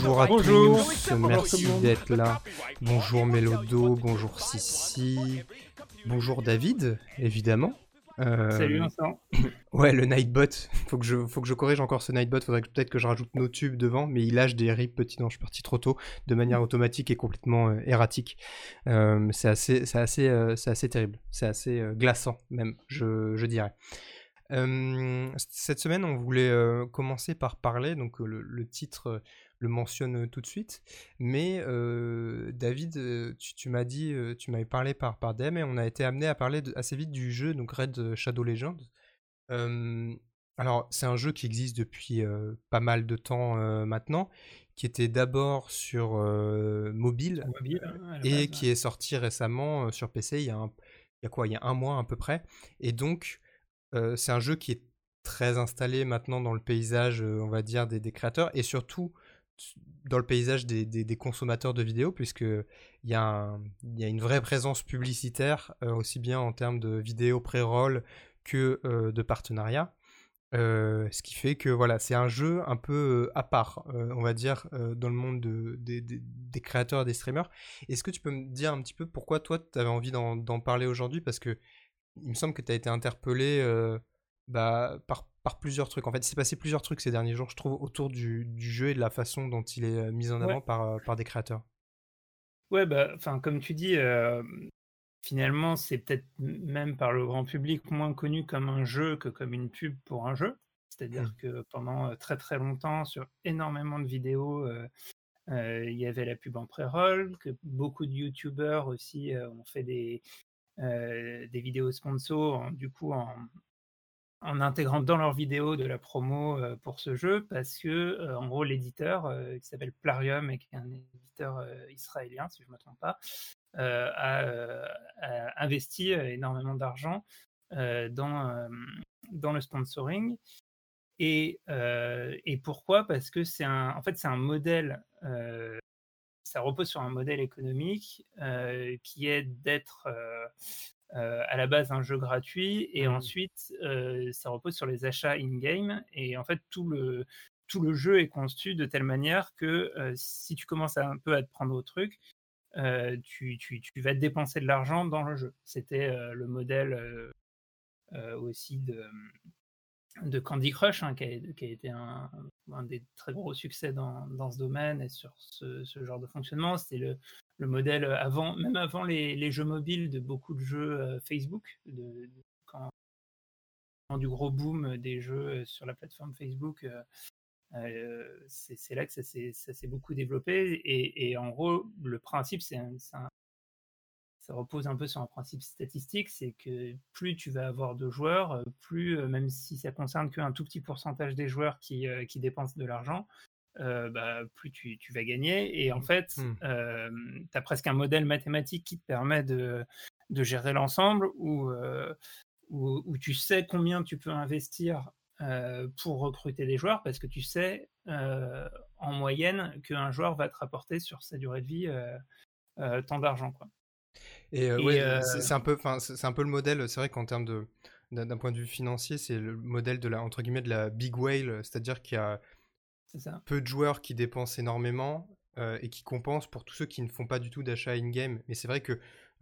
Bonjour à Bonjour. tous, Bonjour tout merci le monde. d'être là. Bonjour Mélodo, bonjour Sissi, bonjour David, évidemment. Salut Euh, Vincent. ouais, le Nightbot, faut que je corrige encore ce Nightbot, faudrait peut-être que je rajoute nos tubes devant, mais il lâche des rips petits dents, je suis parti trop tôt, de manière automatique et complètement erratique. C'est assez terrible, c'est assez glaçant même, je dirais. Cette semaine, on voulait commencer par parler, donc le titre le mentionne tout de suite, mais David, tu m'as dit, tu m'avais parlé par DM et on a été amené à parler assez vite du jeu, donc Red Shadow Legends. Euh, alors, c'est un jeu qui existe depuis pas mal de temps maintenant, qui était d'abord sur Sur mobile mobile à la et base. qui est sorti récemment sur PC il y a quoi, il y a un mois à peu près, et donc c'est un jeu qui est très installé maintenant dans le paysage, on va dire, des créateurs et surtout dans le paysage des consommateurs de vidéos, puisqu'il y a une vraie présence publicitaire, aussi bien en termes de vidéos pré-roll que de partenariat. Ce qui fait que voilà, c'est un jeu un peu à part, on va dire, dans le monde des créateurs et des streamers. Est-ce que tu peux me dire un petit peu pourquoi toi, tu avais envie d'en parler aujourd'hui? Parce que il me semble que tu as été interpellé par plusieurs trucs. En fait, il s'est passé plusieurs trucs ces derniers jours, je trouve, autour du jeu et de la façon dont il est mis en avant Ouais, par des créateurs. ouais, bah, enfin, comme tu dis, finalement, c'est peut-être même par le grand public moins connu comme un jeu que comme une pub pour un jeu. C'est-à-dire que pendant très très longtemps, sur énormément de vidéos, il y avait la pub en pré-roll, que beaucoup de youtubeurs aussi ont fait des vidéos sponsors, du coup, en intégrant dans leurs vidéos de la promo pour ce jeu, parce que en gros l'éditeur qui s'appelle Plarium et qui est un éditeur israélien si je ne me trompe pas, a investi énormément d'argent euh, dans, euh, dans le sponsoring. Et pourquoi? Parce que en fait c'est un modèle, ça repose sur un modèle économique qui est d'être à la base un jeu gratuit, et Mhm. ensuite ça repose sur les achats in-game, et en fait tout le jeu est conçu de telle manière que si tu commences un peu à te prendre au truc, tu vas dépenser de l'argent dans le jeu. C'était le modèle aussi de Candy Crush, hein, qui a été un des très gros succès dans ce domaine et sur ce genre de fonctionnement. C'était le modèle avant, même avant les jeux mobiles, de beaucoup de jeux Facebook, quand, du gros boom des jeux sur la plateforme Facebook. C'est là que ça s'est beaucoup développé. Et en gros, le principe, ça repose un peu sur un principe statistique, c'est que plus tu vas avoir de joueurs, plus, même si ça concerne qu'un tout petit pourcentage des joueurs qui dépensent de l'argent, bah, plus tu vas gagner. Et en fait, Mhm. tu as presque un modèle mathématique qui te permet de gérer l'ensemble, où tu sais combien tu peux investir pour recruter des joueurs, parce que tu sais en moyenne qu'un joueur va te rapporter sur sa durée de vie tant d'argent, quoi. Et Et ouais, c'est un peu, enfin, c'est un peu le modèle. C'est vrai qu'en termes d'un point de vue financier, c'est le modèle de la, entre guillemets, de la big whale, c'est-à-dire qu'il y a c'est ça. peu de joueurs qui dépensent énormément et qui compensent pour tous ceux qui ne font pas du tout d'achat in-game. Mais c'est vrai que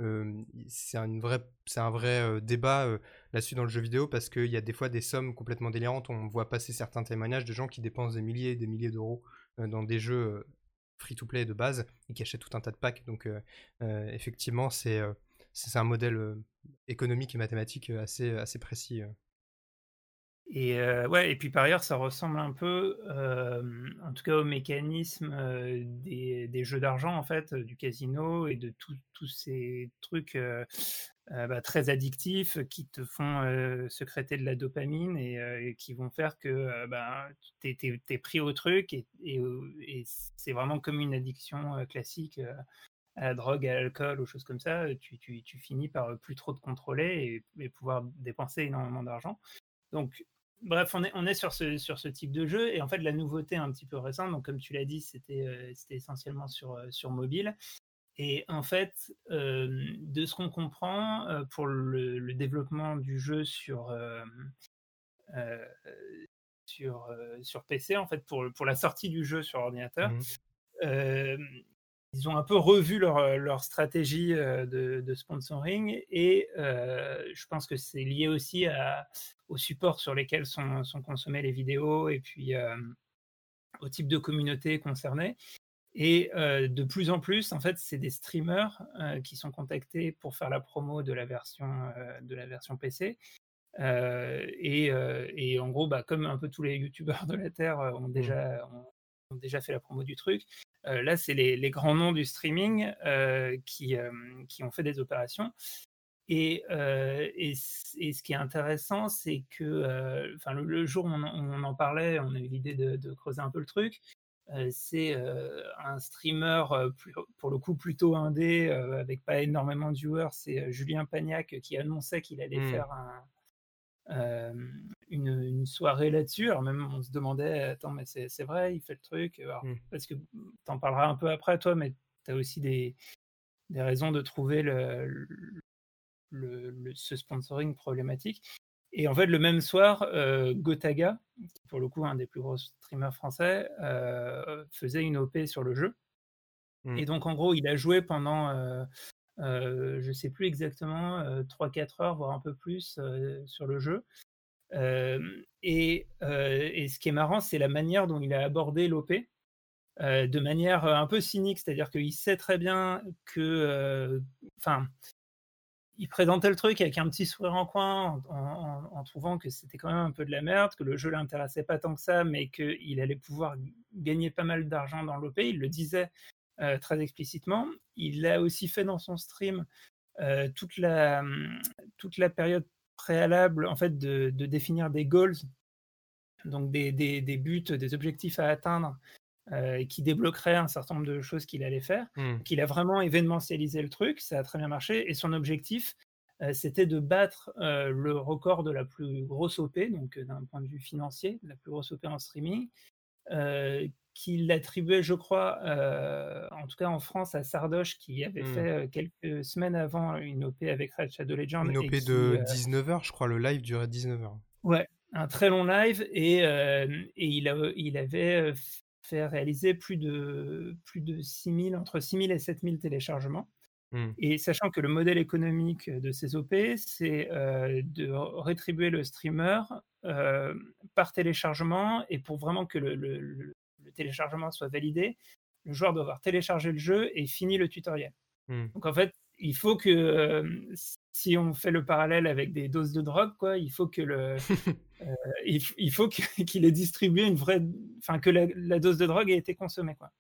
c'est un vrai débat là-dessus dans le jeu vidéo, parce qu'il y a des fois des sommes complètement délirantes. On voit passer certains témoignages de gens qui dépensent des milliers et des milliers d'euros dans des jeux free-to-play de base et qui achètent tout un tas de packs. Donc effectivement, c'est un modèle économique et mathématique assez précis. Et ouais, et puis par ailleurs, ça ressemble un peu, en tout cas au mécanisme des jeux d'argent, en fait, du casino et de tous ces trucs bah, très addictifs qui te font sécréter de la dopamine, et qui vont faire que bah, t'es pris au truc, et c'est vraiment comme une addiction classique à la drogue, à l'alcool, aux choses comme ça. Tu finis par plus trop te contrôler et pouvoir dépenser énormément d'argent. Donc, bref, on est sur ce type de jeu. Et en fait, la nouveauté un petit peu récente, donc comme tu l'as dit, c'était essentiellement sur mobile. Et en fait, de ce qu'on comprend, pour le développement du jeu euh, sur PC, en fait, pour la sortie du jeu sur ordinateur, Mhm. ils ont un peu revu leur stratégie de sponsoring et je pense que c'est lié aussi aux supports sur lesquels sont consommées les vidéos et puis au type de communauté concernée. Et de plus en plus, en fait, c'est des streamers qui sont contactés pour faire la promo de la version PC. Et en gros, bah, comme un peu tous les youtubeurs de la Terre ont déjà fait la promo du truc, là, c'est les grands noms du streaming qui ont fait des opérations. Et ce qui est intéressant, c'est que le jour où on en parlait, on a eu l'idée de creuser un peu le truc. C'est un streamer pour le coup plutôt indé, avec pas énormément de viewers. C'est Julien Pagnac qui annonçait qu'il allait faire une soirée là-dessus. Alors même on se demandait, attends, mais c'est vrai, il fait le truc. Alors, parce que t'en parleras un peu après toi, mais t'as aussi des raisons de trouver ce sponsoring problématique. Et en fait, le même soir, Gotaga, qui pour le coup un des plus gros streamers français, faisait une OP sur le jeu. Et donc en gros, il a joué pendant, je sais plus exactement, 3-4 heures, voire un peu plus, sur le jeu. Et ce qui est marrant, c'est la manière dont il a abordé l'OP, de manière un peu cynique, c'est-à-dire qu'il sait très bien que, il présentait le truc avec un petit sourire en coin, en trouvant que c'était quand même un peu de la merde, que le jeu l'intéressait pas tant que ça, mais qu'il allait pouvoir gagner pas mal d'argent dans l'OP. Il le disait très explicitement. Il l'a aussi fait dans son stream toute la période préalable, en fait, de définir des goals, donc des buts, des objectifs à atteindre, qui débloquerait un certain nombre de choses qu'il allait faire. Donc il a vraiment événementialisé le truc, ça a très bien marché, et son objectif, c'était de battre le record de la plus grosse OP, donc d'un point de vue financier, la plus grosse OP en streaming, qu'il attribuait, je crois, en tout cas en France, à Sardoche, qui avait fait quelques semaines avant une OP avec Raid Shadow Legends. Une OP de 19h, je crois, le live durait 19h. Ouais, un très long live, et il avait fait réaliser plus de 6000, entre 6000 et 7000 téléchargements. Et sachant que le modèle économique de ces OP, c'est de rétribuer le streamer par téléchargement, et pour vraiment que le téléchargement soit validé, le joueur doit avoir téléchargé le jeu et fini le tutoriel. Donc en fait, il faut que, si on fait le parallèle avec des doses de drogue, quoi, il faut que il faut qu'il ait distribué une vraie, que la dose de drogue ait été consommée, quoi.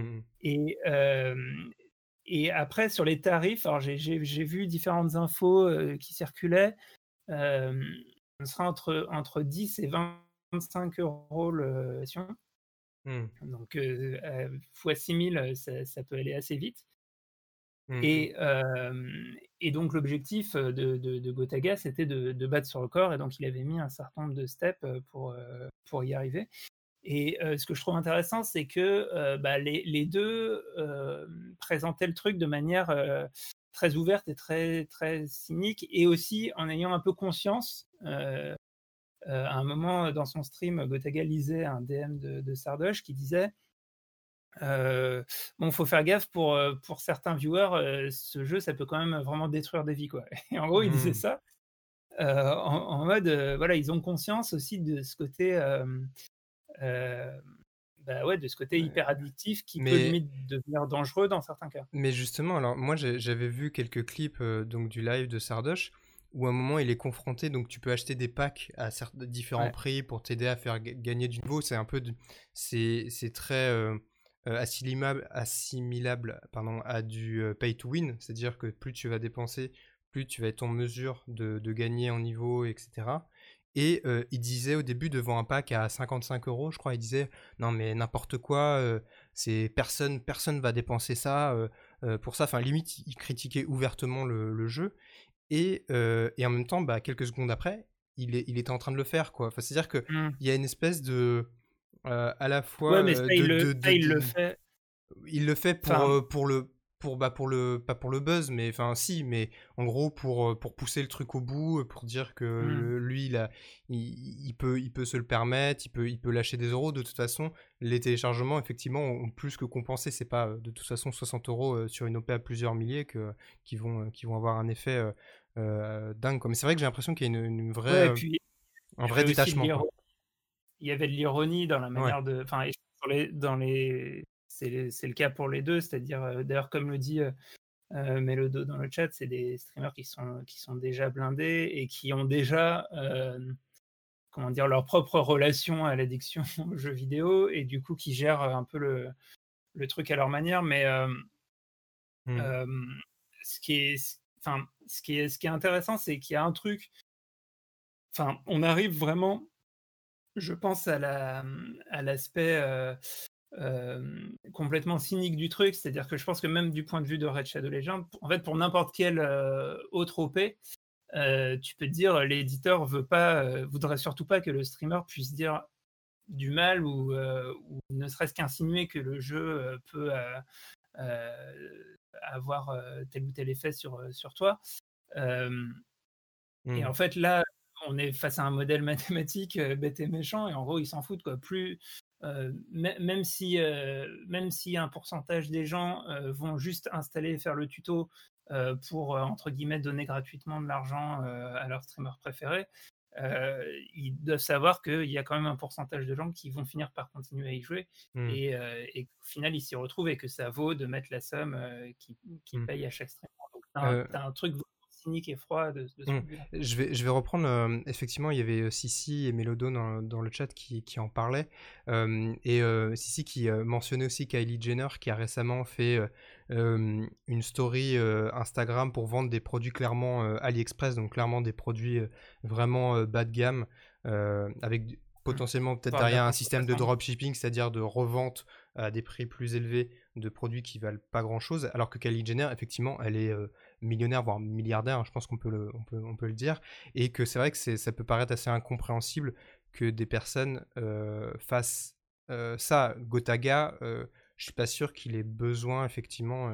Et après, sur les tarifs, alors j'ai vu différentes infos qui circulaient. On sera entre 10 et 25 euros le version. Donc fois 6000, ça peut aller assez vite. Et donc l'objectif de Gotaga, c'était de battre ce record, et donc il avait mis un certain nombre de steps pour y arriver. Et ce que je trouve intéressant, c'est que les deux présentaient le truc de manière très ouverte et très, très cynique, et aussi en ayant un peu conscience. À un moment dans son stream, Gotaga lisait un DM de Sardoche qui disait bon, faut faire gaffe pour certains viewers, ce jeu, ça peut quand même vraiment détruire des vies, quoi. Et en gros, il disait ça en mode, voilà, ils ont conscience aussi de ce côté, de ce côté hyper addictif qui peut limite devenir dangereux dans certains cas. Mais justement, alors moi j'avais vu quelques clips donc du live de Sardoche, où à un moment il est confronté, donc tu peux acheter des packs à différents prix pour t'aider à faire gagner du niveau. C'est un peu c'est très assimilable à du pay to win, c'est-à-dire que plus tu vas dépenser, plus tu vas être en mesure de gagner en niveau, etc. Et il disait au début, devant un pack à 55 euros, je crois, il disait non mais n'importe quoi, c'est personne va dépenser ça pour ça. Enfin, limite, il critiquait ouvertement le jeu. Et en même temps, quelques secondes après, il était en train de le faire, quoi. Enfin, c'est-à-dire qu'il y a une espèce de à la fois ouais, mais ça, il le fait. Il le fait pour le pas pour le buzz, mais enfin si, mais en gros pour pousser le truc au bout, pour dire que Mmh. lui il peut se le permettre, il peut lâcher des euros. De toute façon, les téléchargements effectivement ont plus que compensé. C'est pas de toute façon 60 euros sur une OP à plusieurs milliers qui vont avoir un effet dingue quoi. Mais c'est vrai que j'ai l'impression qu'il y a Ouais, et puis un il y vrai avait aussi de détachement quoi. il y avait de l'ironie dans la Ouais. manière de enfin et dans les c'est le cas pour les 2, c'est-à-dire, d'ailleurs comme le dit, Mélodo dans le chat, c'est des streamers qui sont déjà blindés et qui ont déjà, comment dire? Leur propre relation à l'addiction aux jeux vidéo et du coup qui gèrent, un peu le truc à leur manière. Mais, Mmh. ce qui est enfin, ce qui est intéressant, c'est qu'il y a un truc enfin, on arrive vraiment, je pense à l'aspect, complètement cynique du truc. C'est-à-dire que je pense que même du point de vue de Red Shadow Legends, en fait, pour n'importe quel, autre OP, tu peux te dire, l'éditeur voudrait surtout pas que le streamer puisse dire du mal ou ne serait-ce qu'insinuer que le jeu, peut, avoir, tel ou tel effet sur toi. Hem Et Mmh. en fait, là, on est face à un modèle mathématique, bête et méchant et en gros, ils s'en foutent, quoi. Même si un pourcentage des gens, vont juste installer et faire le tuto, pour, entre guillemets «donner gratuitement de l'argent», à leur streamer préféré, ils doivent savoir qu'il y a quand même un pourcentage de gens qui vont finir par continuer à y jouer Mmh. et qu'au final, ils s'y retrouvent et que ça vaut de mettre la somme, qu'ils Mmh. payent à chaque streamer. Donc Heu tu as un truc cynique et froid de ce Mmh. point de vue-là. Je vais reprendre, effectivement, il y avait, Sissi et Mélodo dans le chat qui en parlaient, et Sissi qui, mentionnait aussi Kylie Jenner qui a récemment fait, une story, Instagram pour vendre des produits clairement, AliExpress, donc clairement des produits, vraiment, bas de gamme, avec d Mmh. potentiellement peut-être Voire de la derrière un système de contrefaçon. dropshipping, c'est-à-dire de revente à des prix plus élevés de produits qui valent pas grand-chose. Alors que Kylie Jenner, effectivement, elle est, millionnaire, voire milliardaire, hein, je pense qu'on peut le dire, et que c'est vrai que ça peut paraître assez incompréhensible que des personnes fassent ça. Gotaga, je suis pas sûr qu'il ait besoin effectivement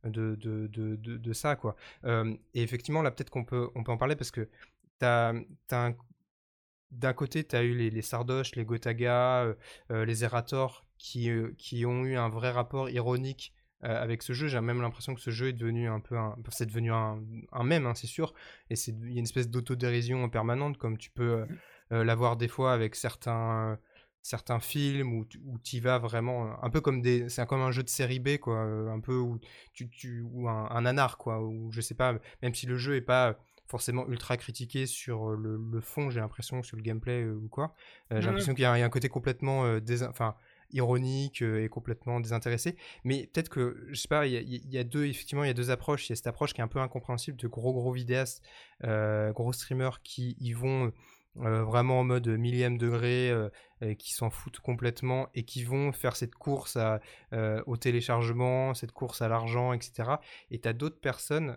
de ça, quoi. Et effectivement, là, peut-être qu'on peut en parler parce que t'as, t'as d'un côté, tu as eu les Sardoche, les Gotaga, les Erator qui ont eu un vrai rapport ironique avec ce jeu. J'ai même l'impression que ce jeu est devenu un peu c'est devenu un mème, hein, c'est sûr. Et il y a une espèce d'autodérision permanente, comme tu peux Mmh. l'avoir des fois avec certains films où tu vas vraiment un peu c'est comme un jeu de série B, quoi, un peu où ou un nanar, quoi, ou je sais pas, même si le jeu est pas forcément ultra critiqué sur le fond, j'ai l'impression, sur le gameplay ou quoi. J'ai Mmh. l'impression qu'il y a un côté complètement enfin, ironique et complètement désintéressé. Mais peut-être que, je sais pas, il y a deux, effectivement, il y a deux approches. Il y a cette approche qui est un peu incompréhensible de gros vidéastes, gros streamers qui y vont vraiment en mode millième degré, et qui s'en foutent complètement et qui vont faire cette course au téléchargement, cette course à l'argent, etc. Et tu as d'autres personnes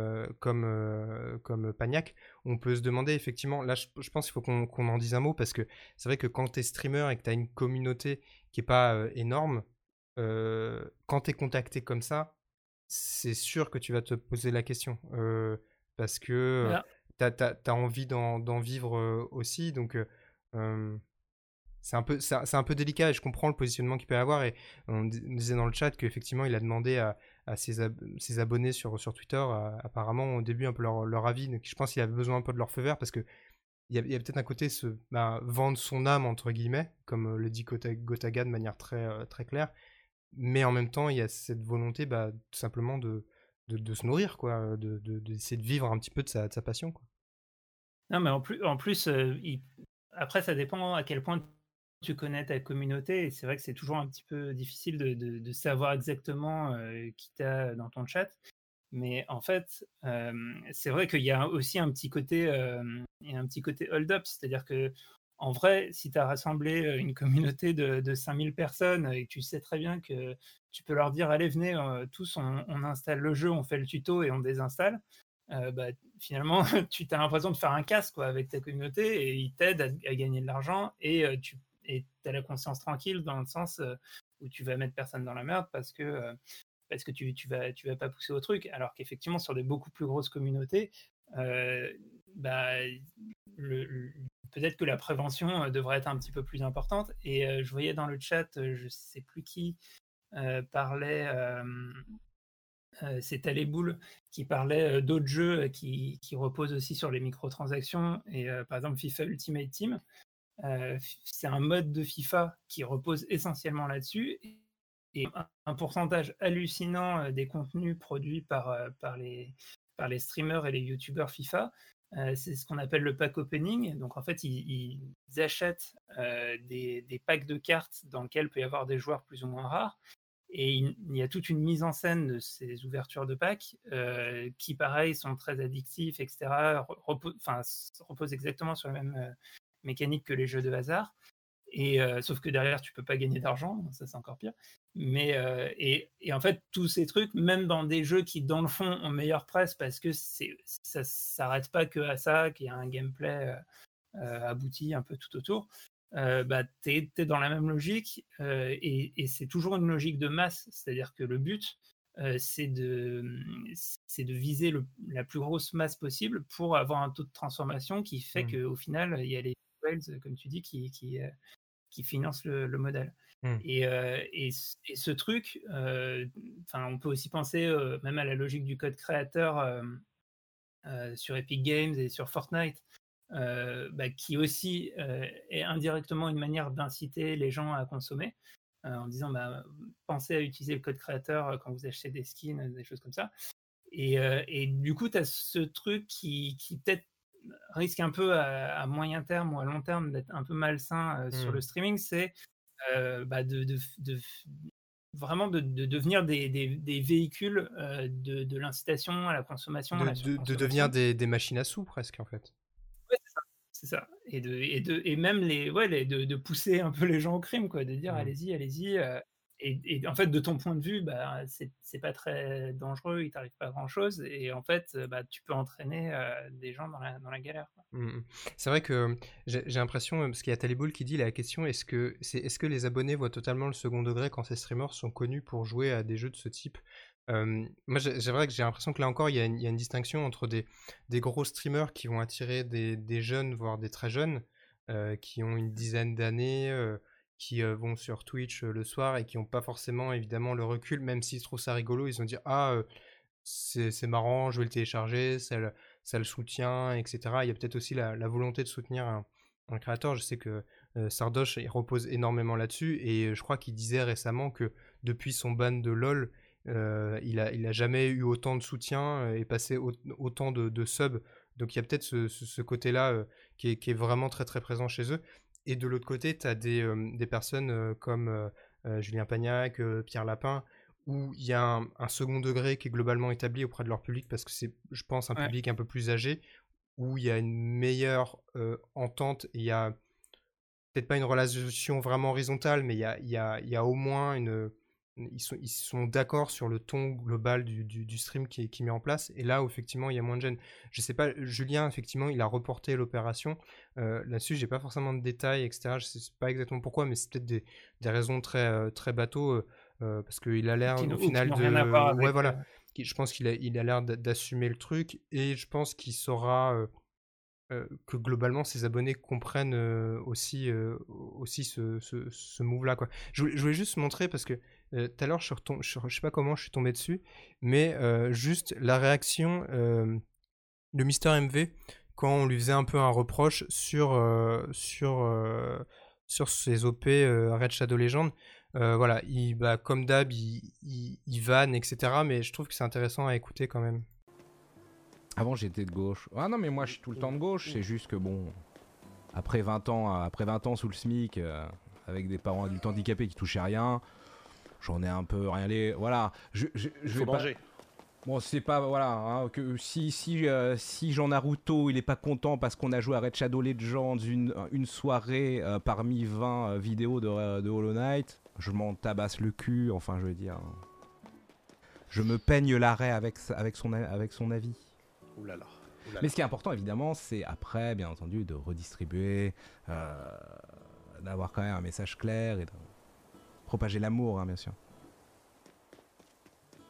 comme Pagnac, on peut se demander effectivement, là je pense qu'il faut qu'on en dise un mot parce que c'est vrai que quand tu es streamer et que tu as une communauté qui est pas énorme, quand tu es contacté comme ça, c'est sûr que tu vas te poser la question parce que Alors tu as envie d'en vivre aussi. Donc euh, c'est un peu délicat et je comprends le positionnement qu'il peut y avoir. Et on disait dans le chat qu'effectivement, il a demandé à ses abonnés sur Twitter, apparemment, au début, un peu leur avis. Donc, je pense qu'il avait besoin un peu de leur feu vert parce que il y a peut-être un côté vendre son âme, entre guillemets, comme le dit Gotaga de manière très claire. Mais en même temps, il y a cette volonté tout simplement de se nourrir, quoi, d'essayer de vivre un petit peu de sa passion, quoi. non, mais en plus, après ça dépend à quel point tu connais ta communauté et c'est vrai que c'est toujours un petit peu difficile de savoir exactement, qui tu dans ton chat. Mais en fait, c'est vrai qu'il y a aussi un petit côté, il y a un petit côté hold up. C'est-à-dire que en vrai, si tu as rassemblé, une communauté de 5 000 personnes et que tu sais très bien que tu peux leur dire: «Allez venez, tous on installe le jeu, on fait le tuto et on désinstalle». Bah, finalement, tu as l'impression de faire un casse, quoi, avec ta communauté et ils t'aident à gagner de l'argent et tu as la conscience tranquille dans le sens, où tu vas mettre personne dans la merde parce que, parce que tu vas pas pousser au truc. Alors qu'effectivement, sur des beaucoup plus grosses communautés, bah, peut-être que la prévention devrait être un petit peu plus importante. Et je voyais dans le chat, je sais plus qui parlait, c'est Taléboul qui parlait d'autres jeux qui reposent aussi sur les microtransactions. Et par exemple, FIFA Ultimate Team, c'est un mode de FIFA qui repose essentiellement là-dessus. Et un pourcentage hallucinant des contenus produits par les streamers et les youtubeurs FIFA, c'est ce qu'on appelle le pack opening. Donc en fait, ils achètent des packs de cartes dans lesquels peut y avoir des joueurs plus ou moins rares. Et il y a toute une mise en scène de ces ouvertures de packs qui, pareil, sont très addictifs, etc. Reposent exactement sur la même mécanique que les jeux de hasard. Et sauf que derrière, tu peux pas gagner d'argent, ça c'est encore pire. Mais et en fait, tous ces trucs, même dans des jeux qui, dans le fond, ont meilleure presse parce que ça s'arrête pas que à ça, qu'il y a un gameplay abouti un peu tout autour. Bah, t'es dans la même logique et c'est toujours une logique de masse, c'est-à-dire que le but c'est de viser la plus grosse masse possible pour avoir un taux de transformation qui fait qu'au final il y a les whales, comme tu dis, qui financent le modèle. Et ce truc, on peut aussi penser même à la logique du code créateur sur Epic Games et sur Fortnite, qui aussi est indirectement une manière d'inciter les gens à consommer, en disant pensez à utiliser le code créateur quand vous achetez des skins, des choses comme ça. Et du coup, tu as ce truc qui peut-être risque un peu à moyen terme ou à long terme d'être un peu malsain sur le streaming, c'est vraiment de devenir des véhicules de l'incitation à la consommation, à la De surconsommation. devenir des machines à sous, presque, en fait. Ouais, c'est ça. Et même de pousser un peu les gens au crime, quoi, de dire allez-y, allez-y. Et en fait, de ton point de vue, c'est pas très dangereux, il t'arrive pas grand-chose. Et en fait, tu peux entraîner des gens dans la galère, quoi. C'est vrai que j'ai l'impression, parce qu'il y a Taliboul qui dit la question, est-ce que les abonnés voient totalement le second degré quand ces streamers sont connus pour jouer à des jeux de ce type? Moi, c'est vrai que j'ai l'impression que là encore, il y a une distinction entre des gros streamers qui vont attirer des jeunes, voire des très jeunes, qui ont une dizaine d'années, qui vont sur Twitch le soir et qui n'ont pas forcément évidemment le recul, même s'ils trouvent ça rigolo, ils vont dire ah c'est marrant, je vais le télécharger, ça le soutient, etc. Il y a peut-être aussi la volonté de soutenir un créateur. Je sais que Sardoche il repose énormément là-dessus et je crois qu'il disait récemment que depuis son ban de LoL, il a jamais eu autant de soutien et passé autant de subs. Donc il y a peut-être ce côté-là qui est vraiment très très présent chez eux. Et de l'autre côté, tu as des personnes comme Julien Pagnac, Pierre Lapin, où il y a un second degré qui est globalement établi auprès de leur public parce que c'est, je pense, un public un peu plus âgé, où il y a une meilleure entente, et il y a peut-être pas une relation vraiment horizontale, mais il y a au moins ils sont d'accord sur le ton global du stream qui est mis en place, et là où effectivement il y a moins de gêne. Je sais pas, Julien, effectivement, il a reporté l'opération. Là-dessus, j'ai pas forcément de détails, etc. Je sais pas exactement pourquoi, mais c'est peut-être des raisons très, très bateau, parce qu'il a l'air au final rien à voir Ouais, avec, voilà. Je pense qu'il a l'air d'assumer le truc, et je pense qu'il saura que globalement ses abonnés comprennent aussi ce move-là, quoi. Je voulais juste montrer, parce que tout à l'heure, je sais pas comment je suis tombé dessus, mais juste la réaction de Mister MV quand on lui faisait un peu un reproche sur ses OP Red Shadow Legend. Voilà, comme d'hab, il vanne, etc. Mais je trouve que c'est intéressant à écouter quand même. Avant, j'étais de gauche. Ah non, mais moi, je suis tout le temps de gauche. C'est juste que bon, après 20 ans sous le SMIC, avec des parents adultes handicapés qui touchaient rien, j'en ai un peu rien les. Voilà. Il faut manger. Bon, c'est pas, voilà, hein, que si Jean Naruto, il est pas content parce qu'on a joué à Red Shadow Legends une soirée parmi 20 vidéos de Hollow Knight, je m'en tabasse le cul, enfin, je veux dire. Je me peigne l'arrêt avec son avis. Oulala. Mais ce qui est important, évidemment, c'est après, bien entendu, de redistribuer, d'avoir quand même un message clair et de propager l'amour, hein, bien sûr.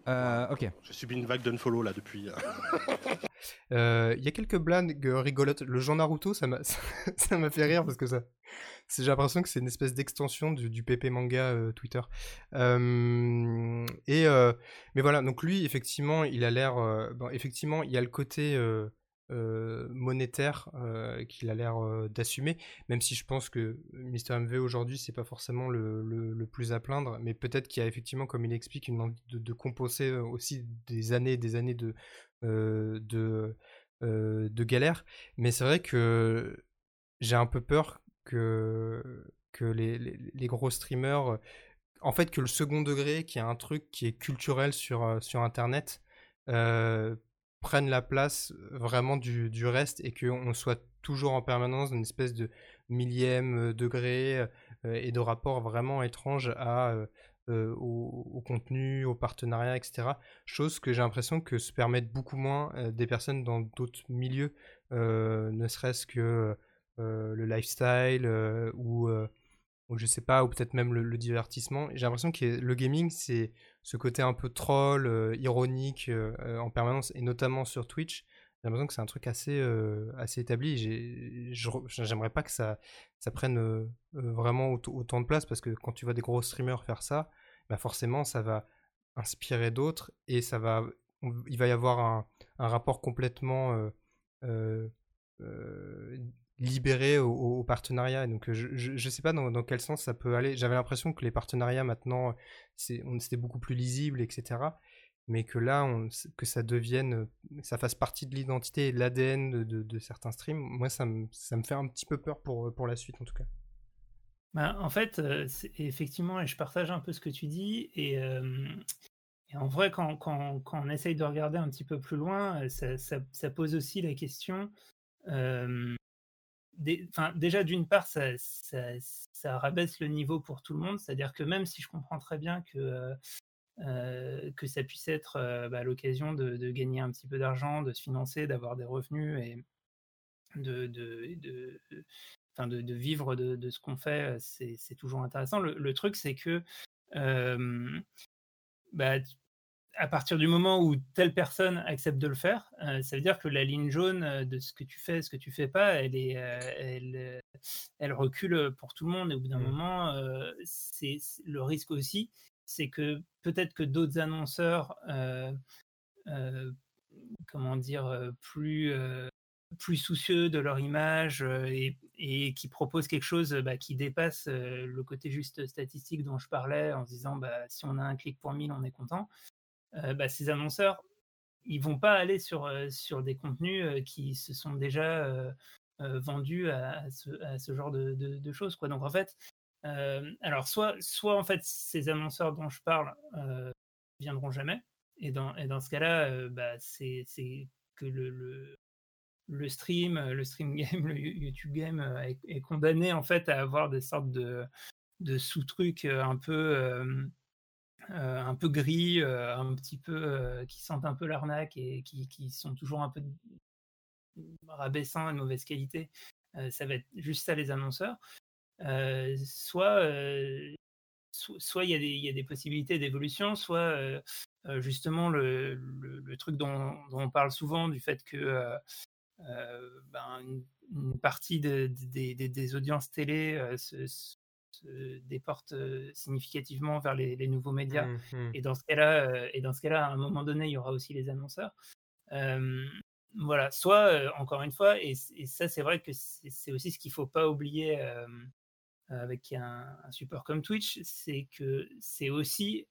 Ok. J'ai subi une vague d'unfollow là depuis. Il y a quelques blagues rigolotes. Le Jean Naruto, ça m'a ça m'a fait rire parce que j'ai l'impression que c'est une espèce d'extension du PP manga Twitter. Mais voilà, donc lui, effectivement, il a l'air. Bon, effectivement, il y a le côté monétaire qu'il a l'air d'assumer, même si je pense que Mister MV aujourd'hui, c'est pas forcément le plus à plaindre, mais peut-être qu'il y a effectivement, comme il explique, une envie de compenser aussi des années de galère. Mais c'est vrai que j'ai un peu peur que les gros streamers, en fait, que le second degré, qui est un truc qui est culturel sur Internet, euh, prenne la place vraiment du reste et qu'on soit toujours en permanence dans une espèce de millième degré et de rapport vraiment étrange au contenu, au partenariat, etc. Chose que j'ai l'impression que se permettent beaucoup moins des personnes dans d'autres milieux, ne serait-ce que le lifestyle ou je sais pas, ou peut-être même le divertissement. J'ai l'impression que le gaming, c'est ce côté un peu troll, ironique en permanence, et notamment sur Twitch. J'ai l'impression que c'est un truc assez établi. J'aimerais pas que ça prenne vraiment autant de place, parce que quand tu vois des gros streamers faire ça, bah forcément, ça va inspirer d'autres, et il va y avoir un rapport complètement euh, euh, libéré au partenariat. Donc je sais pas dans quel sens ça peut aller. J'avais l'impression que les partenariats maintenant, c'était beaucoup plus lisible, etc. Mais que là, que ça devienne, ça fasse partie de l'identité et de l'ADN de certains streams, moi ça me fait un petit peu peur pour la suite en tout cas. Bah, en fait, effectivement, et je partage un peu ce que tu dis, et en vrai, quand on essaye de regarder un petit peu plus loin, ça pose aussi la question. Déjà, d'une part, ça rabaisse le niveau pour tout le monde, c'est-à-dire que même si je comprends très bien que ça puisse être l'occasion de gagner un petit peu d'argent, de se financer, d'avoir des revenus et de vivre de ce qu'on fait, c'est toujours intéressant. Le truc, c'est que bah, à partir du moment où telle personne accepte de le faire, ça veut dire que la ligne jaune de ce que tu fais, ce que tu fais pas, elle recule pour tout le monde. Et au bout d'un moment, c'est le risque aussi, c'est que peut-être que d'autres annonceurs, comment dire, plus soucieux de leur image et qui proposent quelque chose qui dépasse le côté juste statistique dont je parlais, en se disant si on a un clic pour 1000, on est content. Ces annonceurs, ils vont pas aller sur des contenus qui se sont déjà vendus à ce genre de choses, quoi. Donc en fait, alors soit en fait ces annonceurs dont je parle viendront jamais, et dans ce cas-là, c'est que le stream game, le YouTube game est condamné en fait à avoir des sortes de sous-trucs un peu gris, un petit peu qui sentent un peu l'arnaque et qui sont toujours un peu rabaissants et de mauvaise qualité. Ça va être juste ça les annonceurs. Soit il y a des possibilités d'évolution, soit justement le truc dont on parle souvent, du fait que une partie des audiences télé se déporte significativement vers les nouveaux médias. Et dans ce cas-là, à un moment donné, il y aura aussi les annonceurs. Voilà, soit encore une fois, et ça c'est vrai que c'est aussi ce qu'il faut pas oublier avec un support comme Twitch, c'est que c'est aussi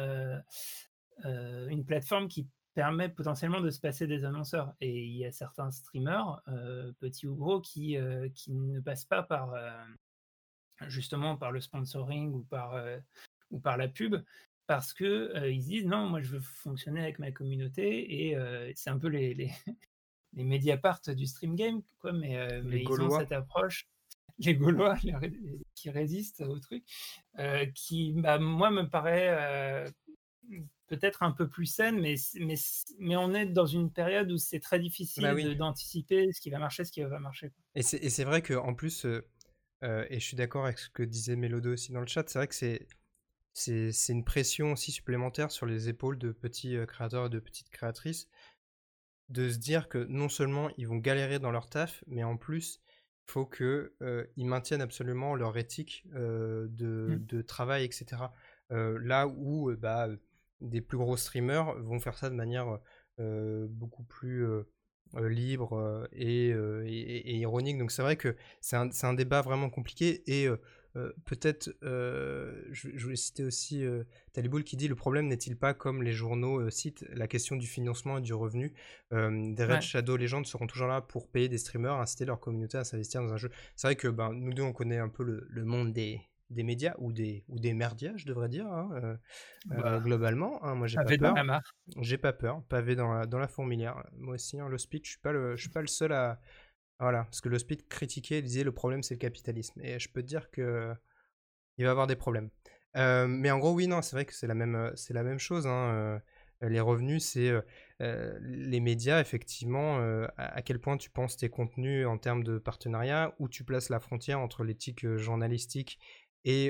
une plateforme qui permet potentiellement de se passer des annonceurs. Et il y a certains streamers, petits ou gros, qui ne passent pas par justement par le sponsoring ou par la pub, parce que ils se disent non, moi je veux fonctionner avec ma communauté, et c'est un peu les Mediapart du stream game, quoi, mais ils ont cette approche, les Gaulois qui résistent au truc, qui moi me paraît peut-être un peu plus saine, mais on est dans une période où c'est très difficile d'anticiper ce qui va marcher, ce qui va pas marcher, quoi. Et c'est vrai qu'en plus, et je suis d'accord avec ce que disait Mélodo aussi dans le chat, c'est vrai que c'est une pression aussi supplémentaire sur les épaules de petits créateurs et de petites créatrices, de se dire que non seulement ils vont galérer dans leur taf, mais en plus, il faut qu'ils maintiennent absolument leur éthique de travail, etc. Là où des plus gros streamers vont faire ça de manière beaucoup plus libre et ironique. Donc c'est vrai que c'est un débat vraiment compliqué et peut-être, je voulais citer aussi Taliboul qui dit le problème n'est-il pas comme les journaux citent la question du financement et du revenu. Des Red Ouais. Shadow Legends seront toujours là pour payer des streamers, inciter leur communauté à s'investir dans un jeu. C'est vrai que nous deux on connaît un peu le monde des médias ou des merdias, je devrais dire, hein, Bah, globalement. Hein, moi j'ai pas pavé dans peur. la mare. J'ai pas peur, pavé dans la fourmilière. Moi aussi, hein, le speed, je suis pas le seul à. Voilà, parce que le speed critiquait, il disait le problème c'est le capitalisme. Et je peux te dire que il va y avoir des problèmes. Mais en gros, oui, non, c'est vrai que c'est la même chose. Hein, les revenus, c'est les médias, effectivement, à quel point tu penses tes contenus en termes de partenariat, où tu places la frontière entre l'éthique journalistique et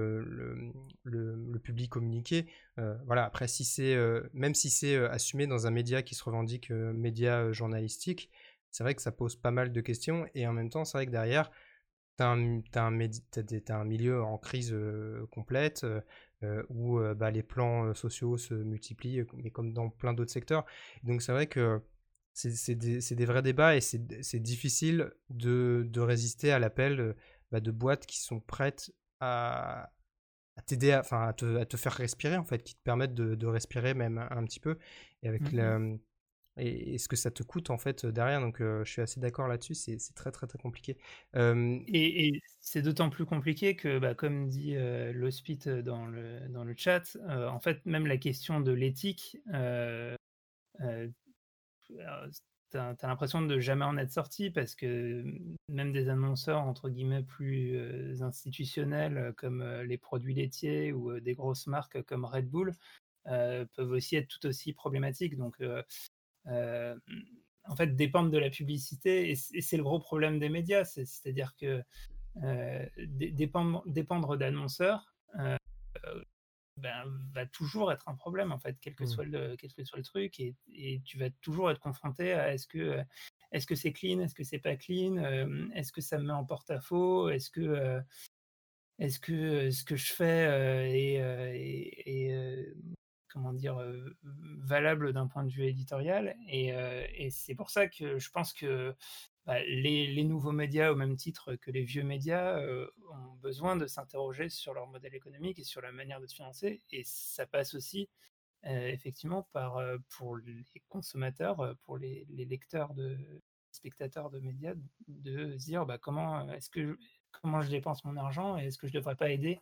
le public communiqué. Voilà, après, même si c'est assumé dans un média qui se revendique média journalistique, c'est vrai que ça pose pas mal de questions. Et en même temps, c'est vrai que derrière, t'as un milieu en crise complète où les plans sociaux se multiplient, mais comme dans plein d'autres secteurs. Donc c'est vrai que c'est des vrais débats et c'est difficile de résister à l'appel de boîtes qui sont prêtes à t'aider, enfin à te faire respirer en fait, qui te permettent de respirer même un petit peu et avec et ce que ça te coûte en fait derrière. Donc je suis assez d'accord là-dessus, c'est très très très compliqué. Et c'est d'autant plus compliqué que, comme dit Lospit dans le chat, en fait, même la question de l'éthique, t'as l'impression de jamais en être sorti parce que même des annonceurs entre guillemets plus institutionnels comme les produits laitiers ou des grosses marques comme Red Bull peuvent aussi être tout aussi problématiques. Donc en fait, dépendre de la publicité, et c'est le gros problème des médias, c'est-à-dire que dépendre d'annonceurs va toujours être un problème, en fait, quel que soit le truc, et tu vas toujours être confronté à est-ce que c'est clean, est-ce que c'est pas clean, est-ce que ça me met en porte-à-faux, est-ce que ce que je fais est comment dire, valable d'un point de vue éditorial, et c'est pour ça que je pense que les nouveaux médias, au même titre que les vieux médias, ont besoin de s'interroger sur leur modèle économique et sur la manière de se financer, et ça passe aussi effectivement pour les consommateurs, pour les lecteurs, spectateurs de médias, de se dire comment je dépense mon argent et est-ce que je ne devrais pas aider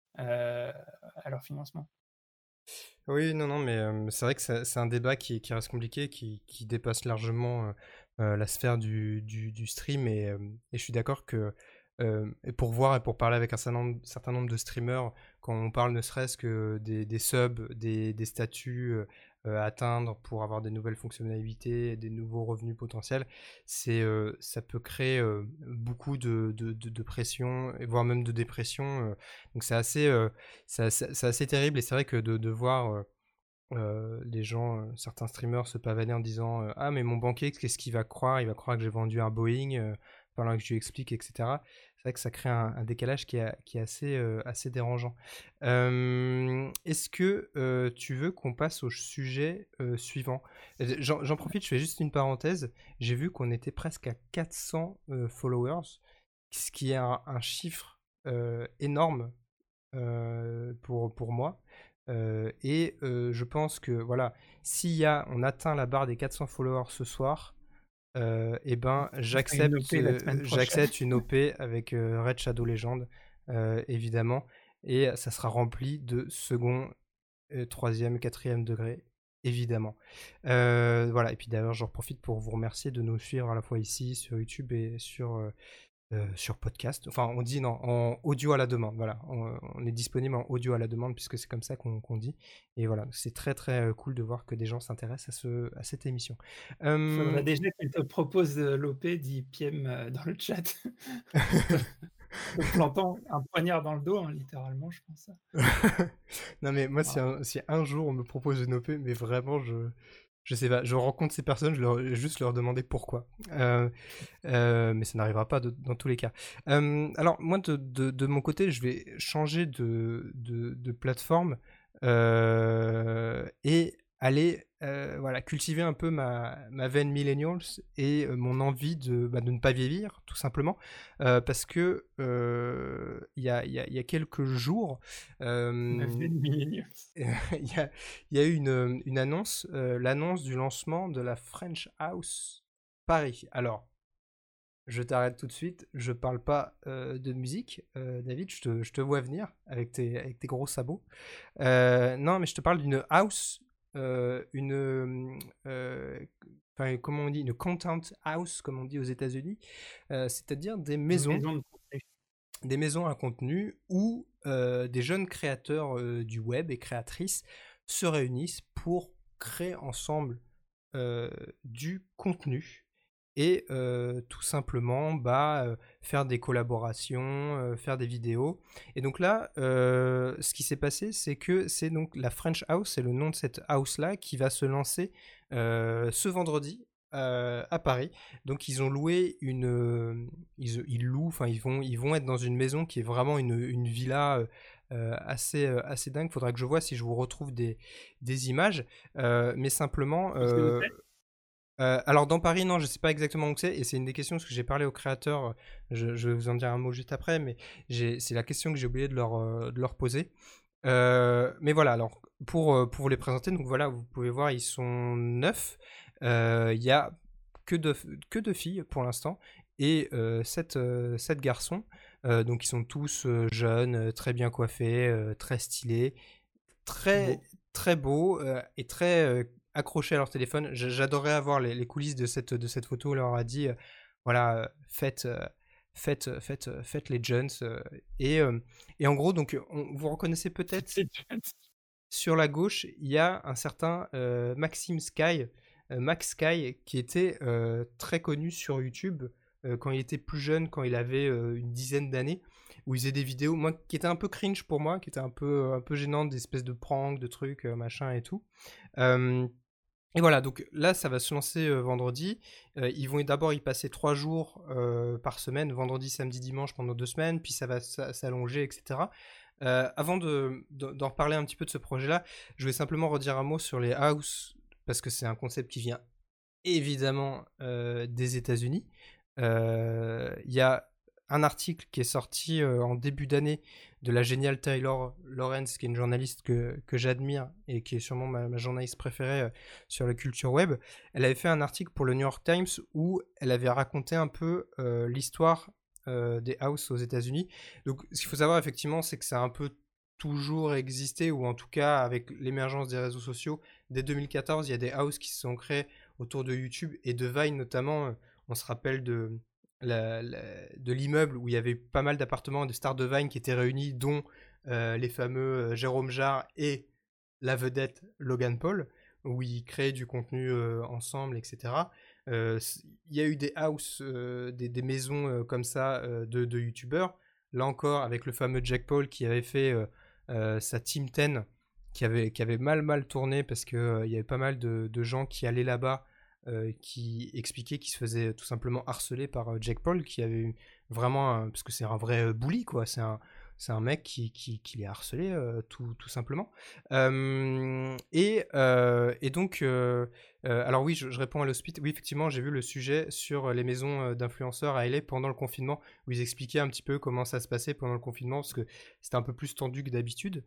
à leur financement. Oui, non, non, mais c'est vrai que c'est un débat qui reste compliqué, qui dépasse largement la sphère du stream, et je suis d'accord que et pour voir et pour parler avec un certain nombre de streamers, quand on parle ne serait-ce que des subs, des statuts à atteindre pour avoir des nouvelles fonctionnalités, des nouveaux revenus potentiels, ça peut créer beaucoup de pression, et voire même de dépression. Donc c'est assez terrible, et c'est vrai que de voir les gens, certains streamers se pavaner en disant ah mais mon banquier, qu'est-ce qu'il va croire? Il va croire que j'ai vendu un Boeing pendant que je lui explique, etc. C'est vrai que ça crée un décalage qui est assez dérangeant. Est-ce que tu veux qu'on passe au sujet suivant? J'en profite, je fais juste une parenthèse. J'ai vu qu'on était presque à 400 followers, ce qui est un chiffre énorme pour moi. Et je pense que voilà, on atteint la barre des 400 followers ce soir, et ben j'accepte une OP avec Red Shadow Legend, évidemment, et ça sera rempli de second, troisième, quatrième degré, évidemment. Voilà, et puis d'ailleurs j'en profite pour vous remercier de nous suivre à la fois ici sur YouTube et sur podcast, enfin on dit non, en audio à la demande, voilà, on est disponible en audio à la demande puisque c'est comme ça qu'on dit, et voilà, c'est très très cool de voir que des gens s'intéressent à cette émission. Faudrait déjà qu'elle te propose l'OP, dit Piem dans le chat. te plantant un poignard dans le dos, hein, littéralement, je pense. Non mais moi Voilà. si un jour on me propose une OP, mais vraiment je sais pas, je rencontre ces personnes, je leur juste leur demander pourquoi. Mais ça n'arrivera pas dans tous les cas. Alors moi de mon côté, je vais changer de plateforme et aller voilà, cultiver un peu ma veine millennials et mon envie de ne pas vieillir, tout simplement. Parce que il y a quelques jours, Ma euh, veine millennials. il y a eu une annonce, l'annonce du lancement de la French House Paris. Alors, je t'arrête tout de suite, je parle pas de musique, David, je te vois venir avec tes gros sabots. Non, mais je te parle d'une house, enfin, comment on dit, une content house, comme on dit aux États-Unis, c'est-à-dire Une maison de contenu. des maisons à contenu où des jeunes créateurs du web et créatrices se réunissent pour créer ensemble du contenu et tout simplement faire des collaborations, faire des vidéos. Et donc là, ce qui s'est passé, c'est que c'est donc la French House, c'est le nom de cette house-là, qui va se lancer ce vendredi à Paris. Donc ils ont loué ils louent, enfin ils vont être dans une maison qui est vraiment une villa assez dingue. Faudra que je vois si je vous retrouve des images, mais simplement. Tu sais où c'est? Alors dans Paris, non, je sais pas exactement où c'est, et c'est une des questions parce que j'ai parlé au créateur. Je vais vous en dire un mot juste après, mais c'est la question que j'ai oublié de leur poser. Mais voilà, alors pour vous les présenter, donc voilà, vous pouvez voir, ils sont 9. Il y a que deux filles pour l'instant et 7 garçons. Donc ils sont tous jeunes, très bien coiffés, très stylés, très Beau. très beaux et très accrochés à leur téléphone. J'adorerais avoir les coulisses de cette photo. On leur a dit voilà, faites les Jones et, euh, et en gros donc vous reconnaissez peut-être sur la gauche, il y a un certain Maxime Sky, Max Sky, qui était très connu sur YouTube quand il était plus jeune, quand il avait une dizaine d'années, où il faisait des vidéos, moi, qui étaient un peu cringe pour moi, qui étaient un peu gênantes, des espèces de pranks, de trucs, machin et tout. Euh, et voilà, donc là, ça va se lancer vendredi. Ils vont d'abord y passer 3 jours par semaine, vendredi, samedi, dimanche, pendant 2 semaines, puis ça va s'allonger, etc. D'en reparler un petit peu de ce projet-là, je vais simplement redire un mot sur les house, parce que c'est un concept qui vient évidemment des États-Unis. Il y a un article qui est sorti en début d'année de la géniale Taylor Lawrence, qui est une journaliste que j'admire et qui est sûrement ma journaliste préférée sur la culture web. Elle avait fait un article pour le New York Times où elle avait raconté un peu l'histoire des house aux États-Unis. Donc, ce qu'il faut savoir effectivement, c'est que ça a un peu toujours existé, ou en tout cas avec l'émergence des réseaux sociaux. Dès 2014, il y a des house qui se sont créés autour de YouTube et de Vine notamment. On se rappelle de l'immeuble où il y avait pas mal d'appartements de stars de Vine qui étaient réunis, dont les fameux Jérôme Jarre et la vedette Logan Paul, où ils créaient du contenu ensemble, etc. Il y a eu des house, des maisons comme ça de youtubeurs. Là encore, avec le fameux Jack Paul qui avait fait sa Team 10, qui avait mal tourné parce qu'il y avait pas mal de gens qui allaient là-bas qui expliquait qu'il se faisait tout simplement harceler par Jack Paul, qui avait eu vraiment parce que c'est un vrai bully, quoi. C'est un mec qui les harcelait tout simplement. Et donc, alors oui, je réponds à l'hospite. Oui, effectivement, j'ai vu le sujet sur les maisons d'influenceurs à LA pendant le confinement, où ils expliquaient un petit peu comment ça se passait pendant le confinement, parce que c'était un peu plus tendu que d'habitude.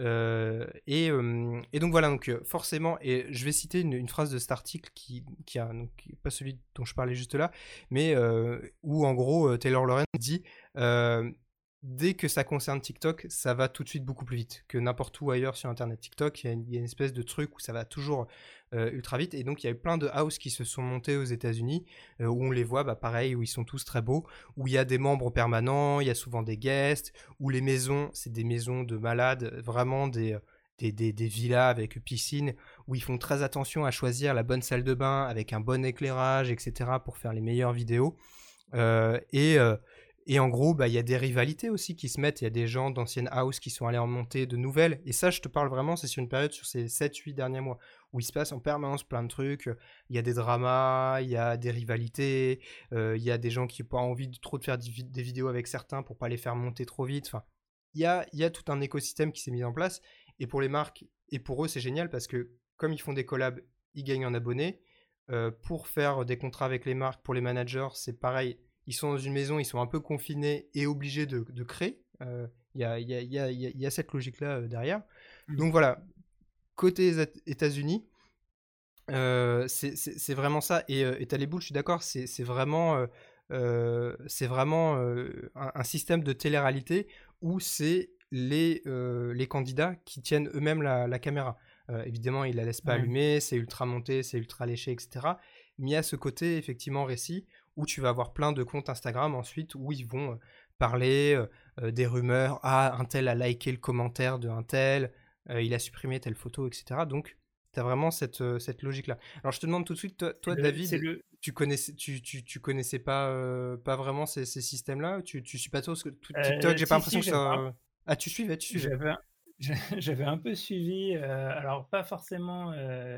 Et donc voilà, donc forcément, et je vais citer une phrase de cet article qui pas celui dont je parlais juste là, mais où en gros Taylor Lorenz dit dès que ça concerne TikTok, ça va tout de suite beaucoup plus vite que n'importe où ailleurs sur Internet. TikTok, il y a une espèce de truc où ça va toujours ultra vite. Et donc, il y a eu plein de house qui se sont montés aux États-Unis, où on les voit, pareil, où ils sont tous très beaux, où il y a des membres permanents, il y a souvent des guests, où les maisons, c'est des maisons de malades, vraiment des villas avec piscine, où ils font très attention à choisir la bonne salle de bain avec un bon éclairage, etc., pour faire les meilleures vidéos. Et Et en gros, bah, il y a des rivalités aussi qui se mettent. Il y a des gens d'anciennes house qui sont allés en monter de nouvelles. Et ça, je te parle vraiment, c'est sur une période, sur ces 7-8 derniers mois, où il se passe en permanence plein de trucs. Il y a des dramas, il y a des rivalités, il y a des gens qui n'ont pas envie trop de faire des vidéos avec certains pour pas les faire monter trop vite. Enfin, il y a tout un écosystème qui s'est mis en place. Et pour les marques, et pour eux, c'est génial parce que comme ils font des collabs, ils gagnent en abonnés. Pour faire des contrats avec les marques, pour les managers, c'est pareil. Ils sont dans une maison, ils sont un peu confinés et obligés de créer. Il y a cette logique-là derrière. Donc voilà, côté États-Unis, c'est vraiment ça. Et t'as les boules, je suis d'accord, c'est vraiment, un système de télé-réalité où c'est les candidats qui tiennent eux-mêmes la caméra. Évidemment, ils la laissent pas Ouais. allumer, c'est ultra monté, c'est ultra léché, etc. Mais il y a ce côté, effectivement, récit où tu vas avoir plein de comptes Instagram ensuite où ils vont parler des rumeurs. Ah, un tel a liké le commentaire de un tel, il a supprimé telle photo, etc. Donc, tu as vraiment cette logique-là. Alors, je te demande tout de suite, toi C'est David, le. tu connaissais pas vraiment ces systèmes-là? Tu suis pas trop TikTok, j'ai pas Si, l'impression si, que ça. Ah, tu suivais. j'avais un, j'avais un peu suivi, alors pas forcément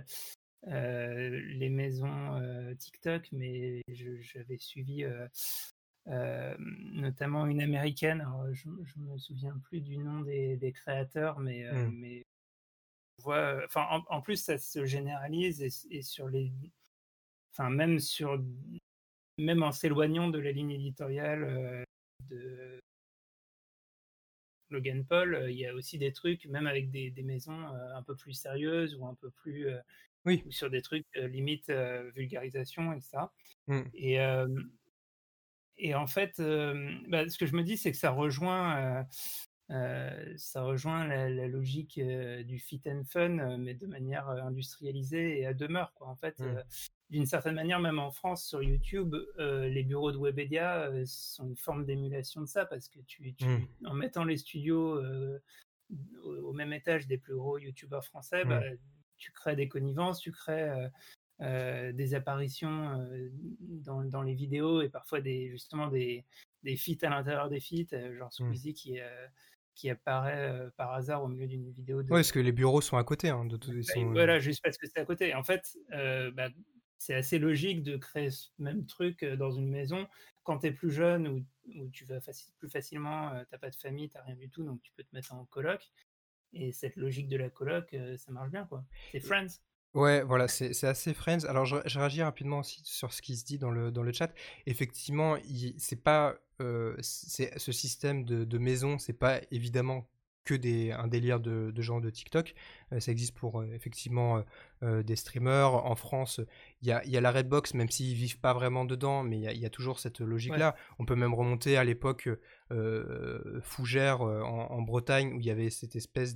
les maisons TikTok, mais j'avais suivi notamment une américaine. Alors, je me souviens plus du nom des créateurs, Hmm. mais on voit, enfin, en plus, ça se généralise et sur les, enfin, même en s'éloignant de la ligne éditoriale de Logan Paul, il y a aussi des trucs, même avec des maisons un peu plus sérieuses ou un peu plus Oui. ou sur des trucs limite vulgarisation, etc. Hmm. Et, euh, et en fait, bah, ce que je me dis, c'est que ça rejoint la logique du fit and fun, mais de manière industrialisée et à demeure, quoi. En fait, Hmm. d'une certaine manière, même en France, sur YouTube, les bureaux de Webedia sont une forme d'émulation de ça, parce que Hmm. en mettant les studios au même étage des plus gros YouTubeurs français, bah, Hmm. tu crées des connivences, tu crées des apparitions dans les vidéos et parfois justement des feats à l'intérieur des feats, genre Hmm. Squeezie qui apparaît par hasard au milieu d'une vidéo Ouais, de parce que les bureaux sont à côté, hein, ils Play. sont. Voilà, juste parce que c'est à côté. En fait, bah, c'est assez logique de créer ce même truc dans une maison quand tu es plus jeune où tu vas plus facilement, t'as pas de famille, t'as rien du tout, donc tu peux te mettre en coloc. Et cette logique de la coloc, ça marche bien, quoi. C'est Friends. Ouais, voilà, c'est assez Friends. Alors, je réagis rapidement aussi sur ce qui se dit dans le chat. Effectivement, c'est pas ce système de maison, c'est pas évidemment que un délire de gens de TikTok. Ça existe pour effectivement des streamers. En France, il y a la Redbox, même s'ils vivent pas vraiment dedans, mais il y a toujours cette Ouais. logique-là. On peut même remonter à l'époque Fougères en Bretagne, où il y avait cette espèce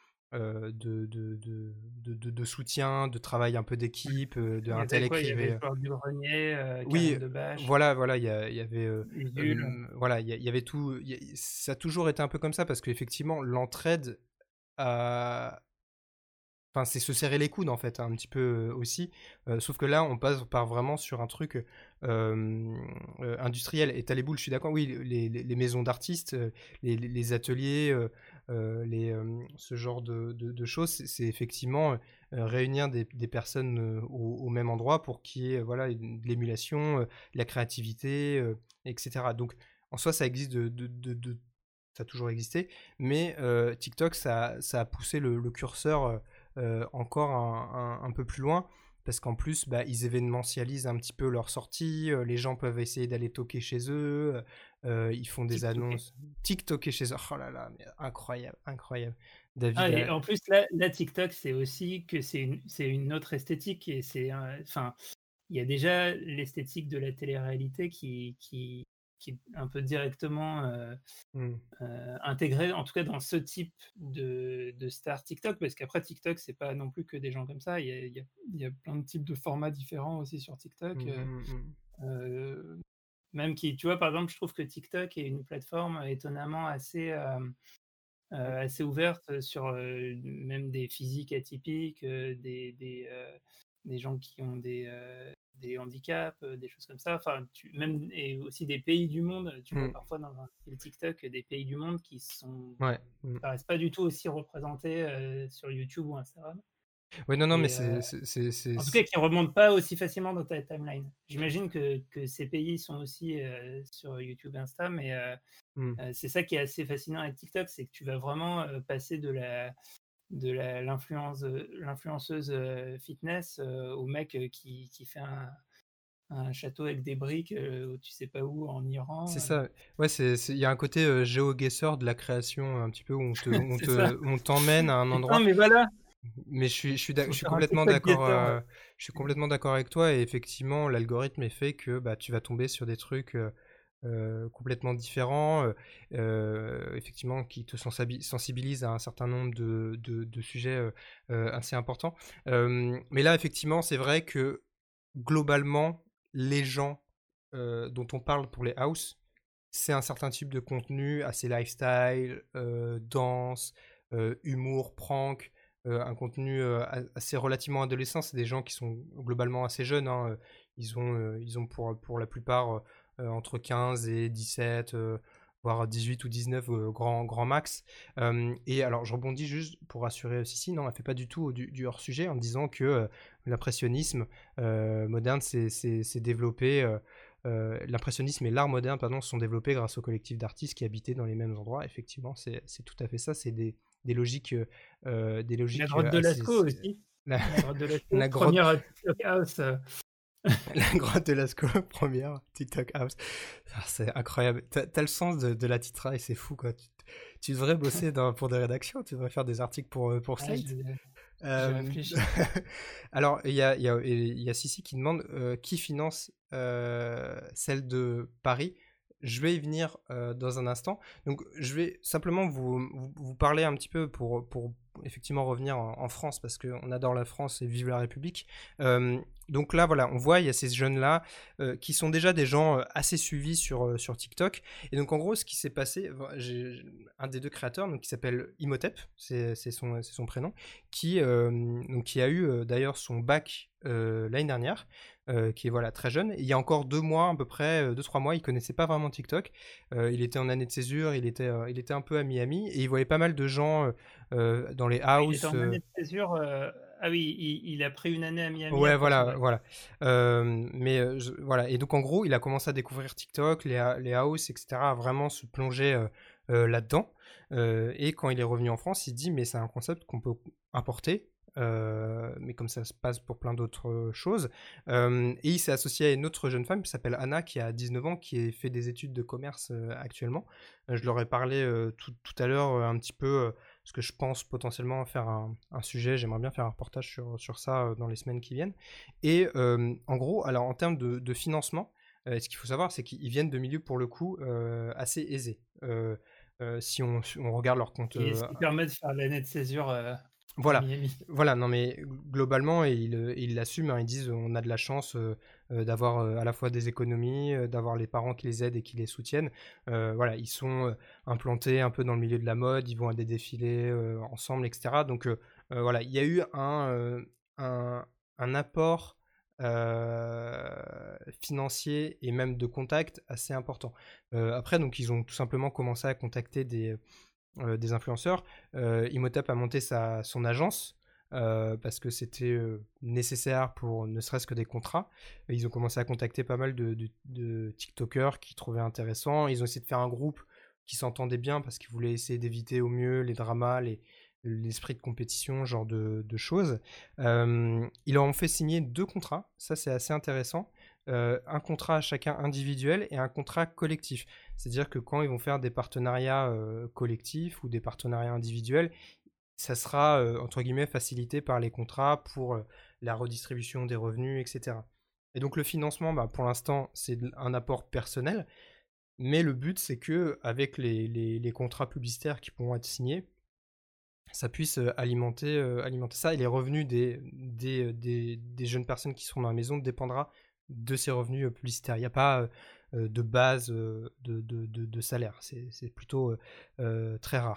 de soutien, de travail un peu d'équipe, de Il y un tel avait quoi? Il y avait écrivait. Joueur du Grenier, Oui, Karim Debache, voilà, il y avait, Usul. voilà, il y avait tout. Ça a toujours été un peu comme ça parce qu'effectivement, l'entraide a. Enfin, c'est se serrer les coudes en fait, un petit peu aussi. Sauf que là, on passe par vraiment sur un truc industriel. Et t'as les boules, je suis d'accord. Oui, les maisons d'artistes, les ateliers, ce genre de choses, c'est effectivement réunir des personnes au même endroit pour qu'il y ait voilà, de l'émulation, de la créativité, etc. Donc, en soi, ça existe ça a toujours existé, mais TikTok, ça a poussé le curseur encore un peu plus loin, parce qu'en plus, bah, ils événementialisent un petit peu leurs sorties, les gens peuvent essayer d'aller toquer chez eux, ils font des TikToker. annonces, TikToker chez eux, oh là là, mais incroyable, incroyable. Ah, David et en plus, là, TikTok, c'est aussi que c'est une autre esthétique. Et enfin, il y a déjà l'esthétique de la télé-réalité qui est un peu directement intégrée, en tout cas dans ce type de star TikTok, parce qu'après, TikTok, c'est pas non plus que des gens comme ça. Il y a plein de types de formats différents aussi sur TikTok. Euh, Même tu vois, par exemple, je trouve que TikTok est une plateforme étonnamment assez ouverte sur même des physiques atypiques, des gens qui ont des handicaps, des choses comme ça. Enfin, même et aussi des pays du monde. Tu vois parfois dans un fil TikTok des pays du monde qui paraissent pas du tout aussi représentés sur YouTube ou Instagram. Oui, non, mais en tout cas, qui remontent pas aussi facilement dans ta timeline. J'imagine que ces pays sont aussi sur YouTube, Insta, mais c'est ça qui est assez fascinant avec TikTok, c'est que tu vas vraiment passer de l'influenceuse fitness au mec qui fait un château avec des briques tu sais pas où en Iran. C'est ça. Ouais, il y a un côté géoguesseur de la création un petit peu où on t'emmène à un endroit. Non, mais voilà. Mais je suis complètement d'accord. Je suis complètement d'accord avec toi et effectivement, l'algorithme est fait que tu vas tomber sur des trucs complètement différents, effectivement, qui te sensibilisent à un certain nombre de sujets assez importants. Mais là, effectivement, c'est vrai que globalement, les gens dont on parle pour les house, c'est un certain type de contenu assez lifestyle, danse, humour, prank, un contenu assez relativement adolescent. C'est des gens qui sont globalement assez jeunes. Hein. Ils ont pour la plupart entre 15 et 17, voire 18 ou 19 grand max. Et alors, je rebondis juste pour rassurer Sissi, non, elle ne fait pas du tout du hors-sujet en disant que l'impressionnisme moderne s'est développé. L'impressionnisme et l'art moderne se sont développés grâce au collectif d'artistes qui habitaient dans les mêmes endroits. Effectivement, c'est tout à fait ça. C'est des logiques. La grotte de Lascaux aussi. La grotte de Lascaux, première TikTok House. La grotte de Lascaux, première TikTok House. C'est incroyable. T'as le sens de la titraille, c'est fou quoi. Tu devrais bosser pour des rédactions, tu devrais faire des articles pour Slate. Alors, il y a Sissi qui demande qui finance celle de Paris. Je vais y venir dans un instant. Donc, je vais simplement vous parler un petit peu pour effectivement revenir en France, parce qu'on adore la France et vive la République. Donc là, voilà, on voit, il y a ces jeunes-là qui sont déjà des gens assez suivis sur TikTok. Et donc, en gros, ce qui s'est passé, j'ai un des deux créateurs, donc, qui s'appelle Imhotep, c'est son prénom, qui a eu d'ailleurs son bac l'année dernière, qui est voilà, très jeune. Et il y a encore 2 mois, à peu près, 2-3 mois, il connaissait pas vraiment TikTok. Il était en année de césure, il était un peu à Miami, et il voyait pas mal de gens dans les house. Il était en année de césure. Ah oui, il a pris une année à Miami. Ouais, voilà. Voilà. Et donc, en gros, il a commencé à découvrir TikTok, les house, etc., à vraiment se plonger là-dedans. Et quand il est revenu en France, il dit, mais c'est un concept qu'on peut importer. Mais comme ça se passe pour plein d'autres choses. Et il s'est associé à une autre jeune femme qui s'appelle Anna, qui a 19 ans, qui fait des études de commerce actuellement. Je leur ai parlé tout à l'heure un petit peu, parce que je pense potentiellement faire un sujet, j'aimerais bien faire un reportage sur ça dans les semaines qui viennent. Et en gros, alors en termes de financement, ce qu'il faut savoir, c'est qu'ils viennent de milieux pour le coup assez aisés. Si on regarde leur compte... Et ce qui permet de faire l'année de césure... Voilà, non mais globalement, ils l'assument, hein, ils disent on a de la chance d'avoir à la fois des économies, d'avoir les parents qui les aident et qui les soutiennent. Voilà, ils sont implantés un peu dans le milieu de la mode, ils vont à des défilés ensemble, etc. Donc voilà, il y a eu un apport financier et même de contact assez important. Après, donc ils ont tout simplement commencé à contacter des influenceurs. Imhotep a monté son agence parce que c'était nécessaire pour ne serait-ce que des contrats. Ils ont commencé à contacter pas mal de TikTokers qui trouvaient intéressant. Ils ont essayé de faire un groupe qui s'entendait bien parce qu'ils voulaient essayer d'éviter au mieux les dramas, l'esprit de compétition, genre de choses. Ils leur ont fait signer 2 contrats, ça c'est assez intéressant. Un contrat chacun individuel et un contrat collectif. C'est-à-dire que quand ils vont faire des partenariats collectifs ou des partenariats individuels, ça sera entre guillemets facilité par les contrats pour la redistribution des revenus, etc. Et donc le financement, pour l'instant, c'est un apport personnel, mais le but c'est que avec les contrats publicitaires qui pourront être signés, ça puisse alimenter ça, et les revenus des jeunes personnes qui seront dans la maison dépendra de ces revenus publicitaires. Il n'y a pas de base de salaire, c'est plutôt très rare.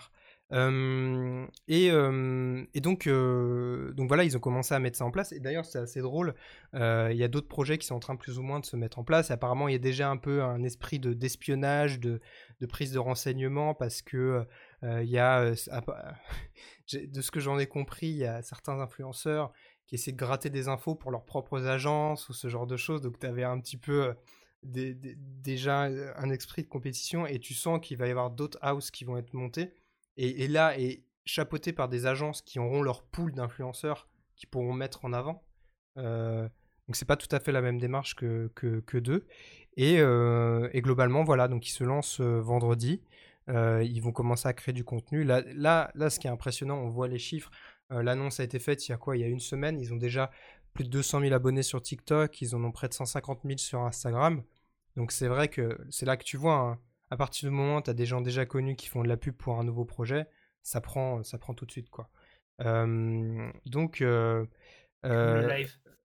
Et donc voilà, ils ont commencé à mettre ça en place. Et d'ailleurs, c'est assez drôle. Il y a d'autres projets qui sont en train plus ou moins de se mettre en place. Et apparemment, il y a déjà un peu un esprit d'espionnage, de prise de renseignements, parce que il y a, de ce que j'en ai compris, il y a certains influenceurs qui essaient de gratter des infos pour leurs propres agences ou ce genre de choses. Donc, tu avais un petit peu déjà un esprit de compétition, et tu sens qu'il va y avoir d'autres houses qui vont être montées. Et là, est chapeauté par des agences qui auront leur pool d'influenceurs qui pourront mettre en avant. Donc c'est pas tout à fait la même démarche que d'eux. Et globalement, voilà, donc ils se lancent vendredi. Ils vont commencer à créer du contenu. Là, ce qui est impressionnant, on voit les chiffres. L'annonce a été faite il y a quoi? Il y a une semaine. Ils ont déjà plus de 200 000 abonnés sur TikTok. Ils en ont près de 150 000 sur Instagram. Donc c'est vrai que c'est là que tu vois, hein, à partir du moment où tu as des gens déjà connus qui font de la pub pour un nouveau projet, ça prend tout de suite, quoi. Donc, Comme le live.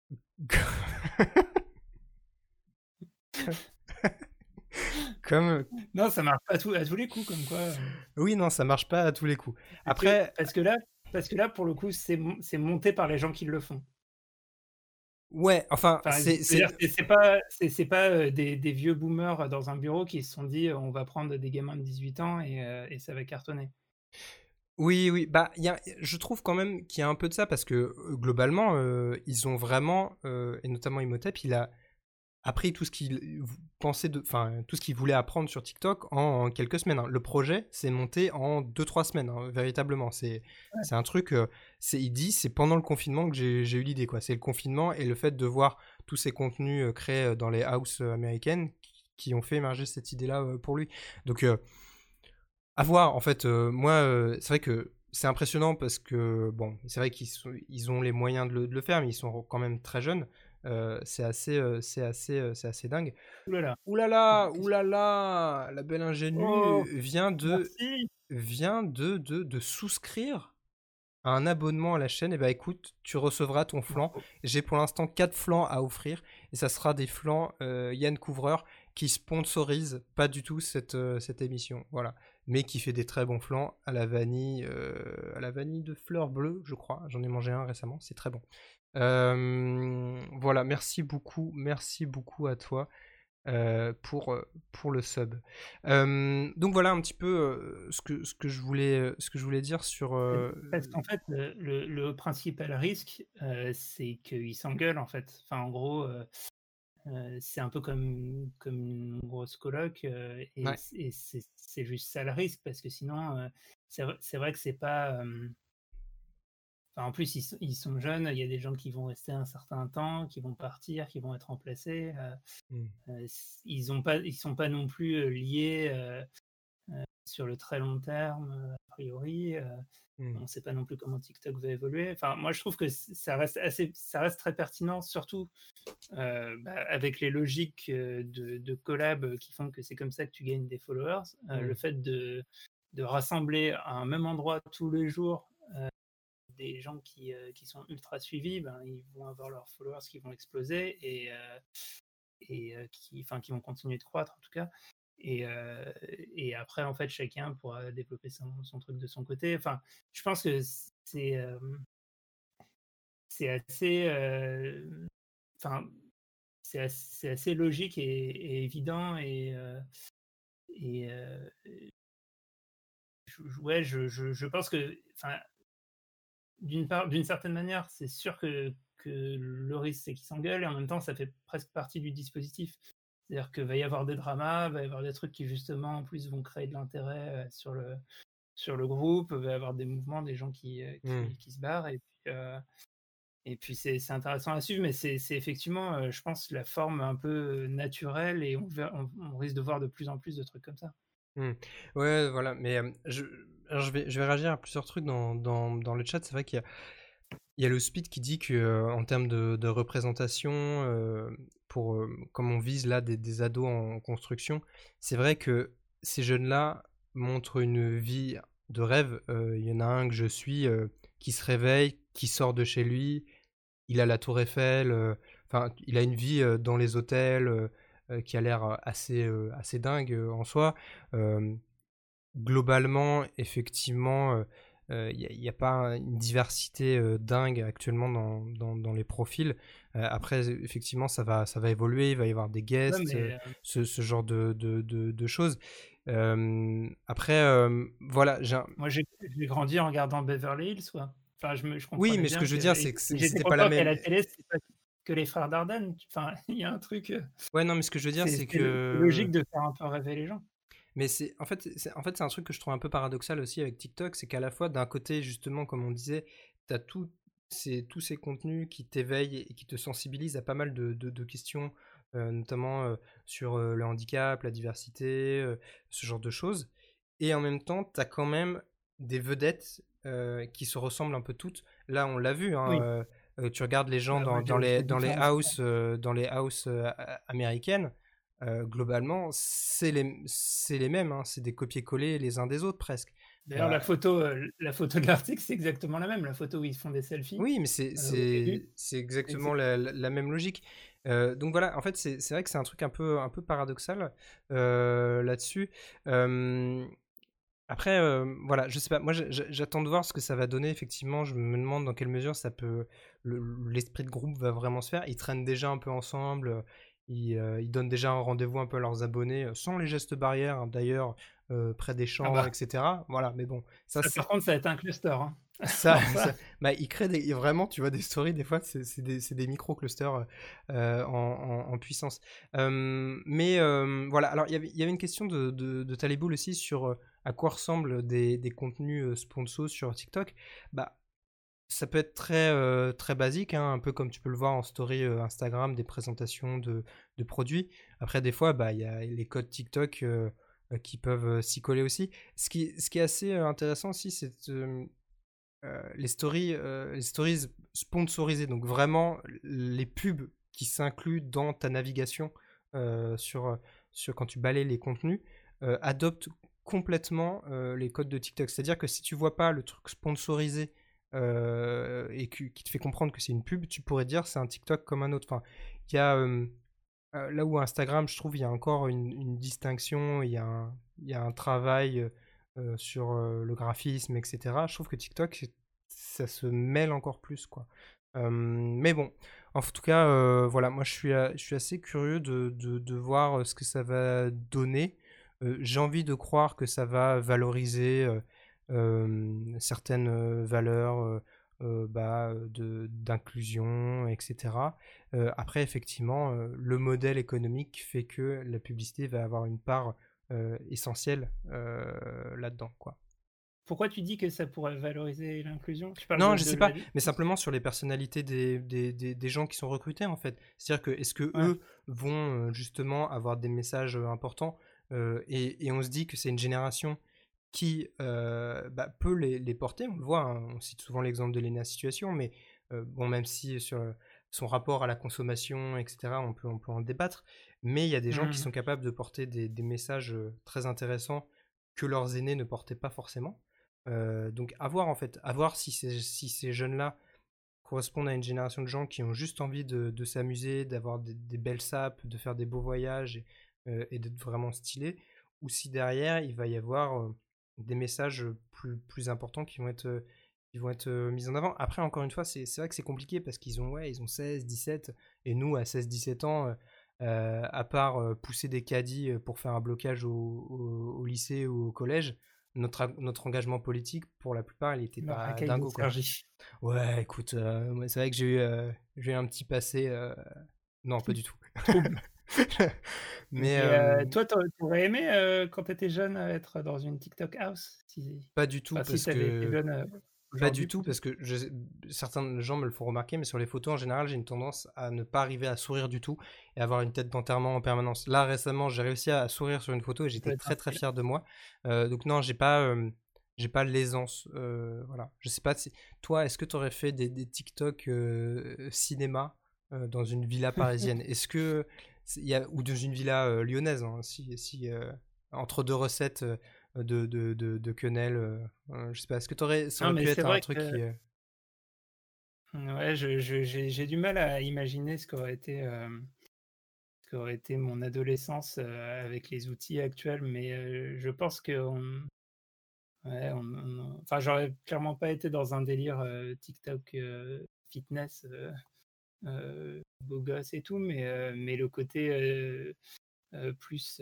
comme... Non, ça marche pas à tous les coups, comme quoi. Oui, non, ça marche pas à tous les coups. Après, parce que là, pour le coup, c'est monté par les gens qui le font. ouais, enfin, c'est pas des vieux boomers dans un bureau qui se sont dit on va prendre des gamins de 18 ans et ça va cartonner. Oui, bah, je trouve quand même qu'il y a un peu de ça, parce que globalement, ils ont vraiment, et notamment Imhotep, il a appris tout ce qu'il pensait tout ce qu'il voulait apprendre sur TikTok en quelques semaines, hein. Le projet s'est monté en 2-3 semaines, hein, véritablement. C'est un truc, il dit, c'est pendant le confinement que j'ai eu l'idée, quoi. C'est le confinement et le fait de voir tous ces contenus créés dans les houses américaines qui ont fait émerger cette idée-là pour lui. Donc, à voir, en fait. Moi, c'est vrai que c'est impressionnant parce que, bon, c'est vrai qu'ils ont les moyens de le faire, mais ils sont quand même très jeunes. C'est assez dingue. Oulala. Oulala, la belle ingénue Merci. vient de souscrire à un abonnement à la chaîne. Et bah écoute, tu recevras ton flanc. J'ai pour l'instant 4 flancs à offrir, et ça sera des flancs Yann Couvreur, qui sponsorise pas du tout cette émission, voilà, mais qui fait des très bons flancs à la vanille de fleurs bleues, je crois. J'en ai mangé un récemment, c'est très bon. Voilà, merci beaucoup à toi pour le sub. Donc voilà un petit peu ce que je voulais dire sur. Parce qu'en fait, le principal risque, c'est qu'ils s'engueulent, en fait. Enfin, en gros, c'est un peu comme une grosse coloc, et Ouais. c'est juste ça le risque, parce que sinon, c'est vrai que c'est pas. Enfin, en plus, ils sont jeunes, il y a des gens qui vont rester un certain temps, qui vont partir, qui vont être remplacés. Ils sont pas non plus liés sur le très long terme, a priori. On ne sait pas non plus comment TikTok va évoluer. Enfin, moi, je trouve que ça reste très pertinent, surtout avec les logiques de collab qui font que c'est comme ça que tu gagnes des followers. Le fait de rassembler à un même endroit tous les jours des gens qui sont ultra suivis, ben, ils vont avoir leurs followers qui vont exploser et qui vont continuer de croître, en tout cas. Et après, en fait, chacun pourra développer son truc de son côté. Enfin, je pense que c'est assez, c'est assez logique et évident. Je pense que, d'une certaine manière, c'est sûr que le risque, c'est qu'ils s'engueulent, et en même temps, ça fait presque partie du dispositif. C'est-à-dire qu'il va y avoir des dramas, il va y avoir des trucs qui, justement, en plus, vont créer de l'intérêt sur le groupe, il va y avoir des mouvements, des gens qui se barrent, et puis c'est intéressant à suivre, mais c'est effectivement, je pense, la forme un peu naturelle, et on risque de voir de plus en plus de trucs comme ça. Ouais, voilà, mais je vais réagir à plusieurs trucs dans le chat. C'est vrai qu'il y a le Speed qui dit que en termes de représentation, comme on vise là des ados en construction, c'est vrai que ces jeunes-là montrent une vie de rêve. Il y en a un que je suis qui se réveille, qui sort de chez lui, il a la Tour Eiffel, enfin, il a une vie dans les hôtels qui a l'air assez dingue en soi. globalement, effectivement, il y a pas une diversité dingue actuellement dans les profils. Après, effectivement, ça va évoluer, il va y avoir des Ouais, guests, mais ce genre de choses. Après, voilà, moi, j'ai grandi en regardant Beverly Hills, quoi. Enfin, je oui, comprenais mais ce que bien je veux que dire, et c'est que j'étais c'était pas la content qu'à même. la télé, c'est pas que les frères Dardenne. Enfin, il y a un truc, Ouais, non, mais ce que je veux dire, c'est c'est que. logique de faire un peu rêver les gens. Mais c'est un truc que je trouve un peu paradoxal aussi avec TikTok, c'est qu'à la fois, d'un côté, justement, comme on disait, tu as tous ces contenus qui t'éveillent et qui te sensibilisent à pas mal de questions, notamment sur le handicap, la diversité, ce genre de choses. Et en même temps, tu as quand même des vedettes qui se ressemblent un peu toutes. Là, on l'a vu, hein, Oui, tu regardes les gens bah, moi, je dans les différencie pas. houses, américaines. Globalement, c'est les mêmes, hein, c'est des copier-coller les uns des autres presque. D'ailleurs, Euh, la photo de l'article, c'est exactement la même. La photo où ils font des selfies, oui, mais au début, c'est c'est exactement exact la même logique. Donc voilà, en fait, c'est vrai que c'est un truc un peu paradoxal là-dessus. Euh, Après, voilà, je sais pas, moi j'attends de voir ce que ça va donner, effectivement, je me demande dans quelle mesure ça peut, l'esprit de groupe va vraiment se faire. Ils traînent déjà un peu ensemble, ils donnent déjà un rendez-vous un peu à leurs abonnés, sans les gestes barrières, hein, d'ailleurs, près des ah champs, bah, etc. Voilà, mais bon, ça ça par c'est. contre, ça va être un cluster, hein. Ça, Alors ça, bah, ils créent vraiment, tu vois, des stories, des fois, c'est des micro-clusters en puissance. Mais voilà, alors il y avait une question de Taliboul aussi sur à quoi ressemblent des contenus sponsors sur TikTok. Bah, ça peut être très basique, hein, un peu comme tu peux le voir en story Instagram, des présentations de produits. Après, des fois, bah, il y a les codes TikTok qui peuvent s'y coller aussi. Ce qui est assez intéressant aussi, c'est les stories sponsorisées, donc vraiment les pubs qui s'incluent dans ta navigation sur quand tu balayes les contenus, adoptent complètement les codes de TikTok. C'est-à-dire que si tu vois pas le truc sponsorisé et qui te fait comprendre que c'est une pub, tu pourrais dire c'est un TikTok comme un autre. Enfin, il y a là où Instagram, je trouve, il y a encore une distinction, il y a un travail sur le graphisme, etc. Je trouve que TikTok, ça se mêle encore plus, quoi. Mais bon, en tout cas, voilà, moi je suis assez curieux de voir ce que ça va donner. J'ai envie de croire que ça va valoriser certaines valeurs d'inclusion, etc. Après, effectivement, le modèle économique fait que la publicité va avoir une part essentielle là-dedans, quoi. pourquoi tu dis que ça pourrait valoriser l'inclusion? Tu parles Non, je de sais la pas, vie? mais simplement sur les personnalités des gens qui sont recrutés, en fait. C'est-à-dire que est-ce que Ouais. eux vont justement avoir des messages importants et on se dit que c'est une génération qui bah, peut les porter, on le voit, hein, on cite souvent l'exemple de Lena Situation, mais bon, même si sur son rapport à la consommation, etc., on peut en débattre, mais il y a des gens qui Mmh. sont capables de porter des messages très intéressants que leurs aînés ne portaient pas forcément. Donc à voir en fait, à voir si ces jeunes-là correspondent à une génération de gens qui ont juste envie de s'amuser, d'avoir des belles sapes, de faire des beaux voyages et d'être vraiment stylés, ou si derrière il va y avoir des messages plus importants qui vont être mis en avant. Après, encore une fois, c'est vrai que c'est compliqué parce ils ont 16, 17, et nous, à 16, 17 ans, à part pousser des caddies pour faire un blocage au lycée ou au collège, notre engagement politique, pour la plupart, il était La pas racaille de dingo, quoi. Sergi. Ouais, écoute, moi, c'est vrai que j'ai eu un petit passé. Non, pas du tout. Trouble. Mais Mais toi, tu aurais aimé, quand tu étais jeune, être dans une TikTok house? pas du tout, Enfin, si parce tu avais été que jeune, pas du aujourd'hui tout, plutôt? parce que certains gens me le font remarquer, mais sur les photos en général, j'ai une tendance à ne pas arriver à sourire du tout et avoir une tête d'enterrement en permanence. Là, récemment, j'ai réussi à sourire sur une photo et Ça peut j'étais être un très style. fier de moi. Donc non, j'ai pas l'aisance. Voilà. Je sais pas si toi, est-ce que tu aurais fait des TikTok cinéma dans une villa parisienne? Est-ce que il y a ou dans une villa lyonnaise, hein, si entre deux recettes de quenelle, je sais pas. Est-ce que ça Non, aurait mais pu c'est être un vrai truc que qui ouais, j'ai du mal à imaginer ce qu'aurait été mon adolescence, avec les outils actuels, mais je pense qu'on Ouais, enfin, j'aurais clairement pas été dans un délire TikTok fitness, beau gosse et tout, mais le côté plus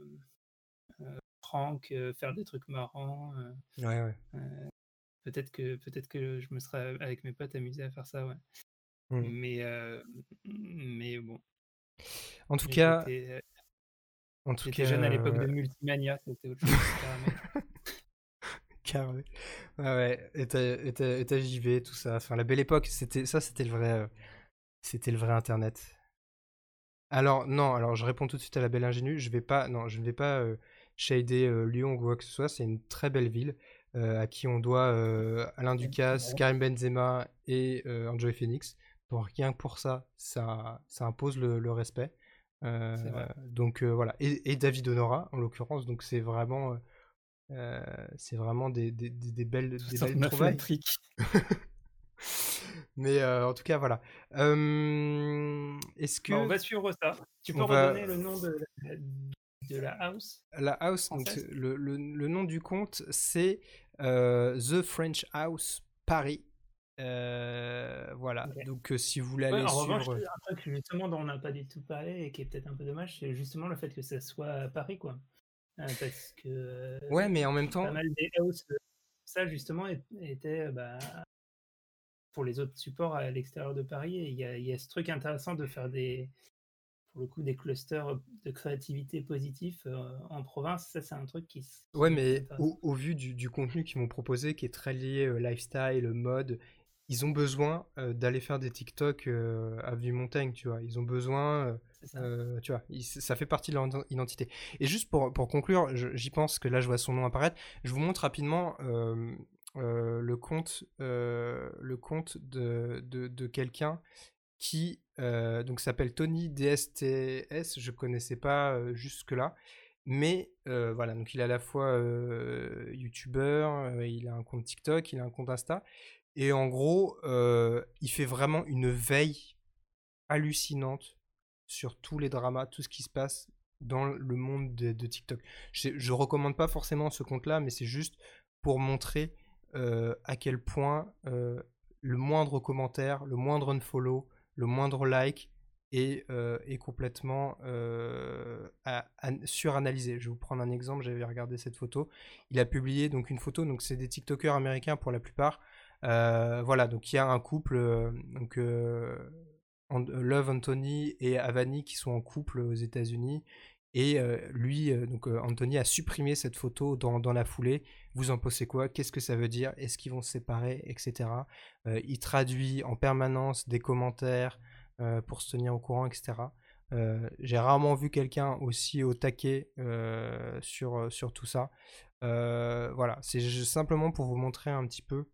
prank, faire des trucs marrants. Ouais, ouais. Peut-être que je me serais avec mes potes amusé à faire ça, ouais. Mm. Mais bon, En tout cas, j'étais en tout j'étais cas, jeune à l'époque de Multimania, c'était autre chose, carrément. carré. Ouais, ouais. Et t'as JV, tout ça. Enfin, la belle époque, c'était c'était le vrai Internet. Alors, non, alors je réponds tout de suite à la belle ingénue. Non, je ne vais pas shader Lyon ou quoi que ce soit. C'est une très belle ville à qui on doit Alain Ducasse, Ouais, Karim Benzema et Enjoy Phoenix. Donc rien que pour ça, ça impose le respect. c'est vrai. Donc voilà. Et David Honora, en l'occurrence. Donc c'est vraiment des belles 69 trouvailles. Latrique. Mais en tout cas, voilà. Est-ce Bon, on que va suivre ça. Tu peux on va redonner le nom de la house la house, donc française? le nom du compte, c'est The French House Paris. Voilà. Ok. Donc si vous voulez Ouais, aller en revanche, suivre, un truc justement dont on n'a pas du tout parlé et qui est peut-être un peu dommage, c'est justement le fait que ça soit à Paris, quoi. Parce que ouais, mais en même pas temps, mal des house, ça justement était pour les autres supports à l'extérieur de Paris. Et il y a ce truc intéressant de faire pour le coup, des clusters de créativité positifs en province. Ça, c'est un truc ouais, qui est mais intéressant. au vu du contenu qu'ils m'ont proposé, qui est très lié lifestyle, mode, ils ont besoin d'aller faire des TikTok à vue montagne, tu vois. Ils ont besoin, C'est ça. tu vois, ça fait partie de leur identité. Et juste pour conclure, j'y pense que là, je vois son nom apparaître. Je vous montre rapidement le compte de quelqu'un qui donc s'appelle Tony DSTS. Je connaissais pas jusque-là. Mais voilà, donc il est à la fois youtubeur, il a un compte TikTok, il a un compte Insta. Et en gros, il fait vraiment une veille hallucinante sur tous les dramas, tout ce qui se passe dans le monde de TikTok. Je recommande pas forcément ce compte-là, mais c'est juste pour montrer à quel point le moindre commentaire, le moindre unfollow, le moindre like est complètement suranalysé. Je vais vous prendre un exemple, j'avais regardé cette photo. Il a publié donc une photo, donc c'est des TikTokers américains pour la plupart. Voilà, donc il y a un couple, Love Anthony et Avani qui sont en couple aux États-Unis. Et lui, donc Anthony a supprimé cette photo dans la foulée. Vous en pensez quoi? Qu'est-ce que ça veut dire? Est-ce qu'ils vont se séparer, etc. Il traduit en permanence des commentaires pour se tenir au courant, etc. J'ai rarement vu quelqu'un aussi au taquet sur tout ça. Voilà, c'est simplement pour vous montrer un petit peu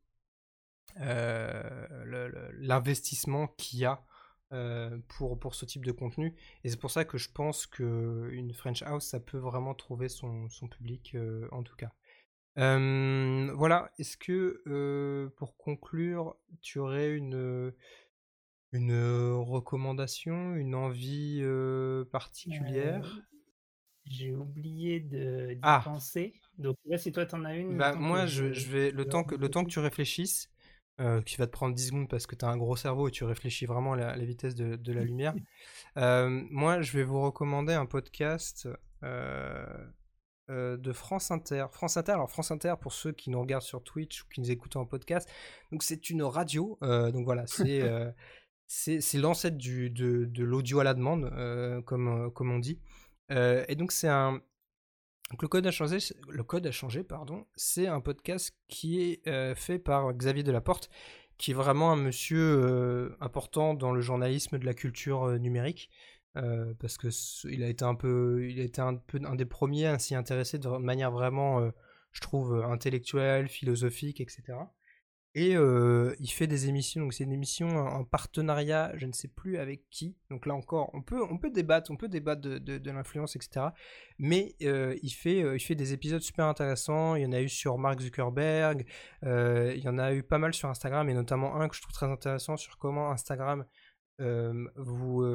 l'investissement qu'il y a pour ce type de contenu. Et c'est pour ça que je pense qu'une French House, ça peut vraiment trouver son public, en tout cas. Voilà, est-ce que pour conclure, tu aurais une recommandation, une envie particulière? J'ai oublié d'y Ah, penser. Donc là, si toi, t'en as une, le bah temps que moi je vais je le temps que réfléchisse. tu réfléchisses, qui va te prendre 10 secondes parce que tu as un gros cerveau et tu réfléchis vraiment à la vitesse de la lumière. Moi je vais vous recommander un podcast euh, de France Inter. France Inter, alors France Inter pour ceux qui nous regardent sur Twitch ou qui nous écoutent en podcast, donc c'est une radio, donc voilà, c'est l'ancêtre de l'audio à la demande, comme on dit. Et donc c'est un donc le code a changé, pardon. C'est un podcast qui est fait par Xavier Delaporte, qui est vraiment un monsieur important dans le journalisme de la culture numérique, parce que il a été un des premiers à s'y intéresser de manière vraiment, je trouve, intellectuelle, philosophique, etc. Et il fait des émissions, donc c'est une émission en partenariat, je ne sais plus avec qui. Donc là encore, on peut débattre de l'influence, etc. Mais il fait des épisodes super intéressants. Il y en a eu sur Mark Zuckerberg, il y en a eu pas mal sur Instagram, et notamment un que je trouve très intéressant sur comment Instagram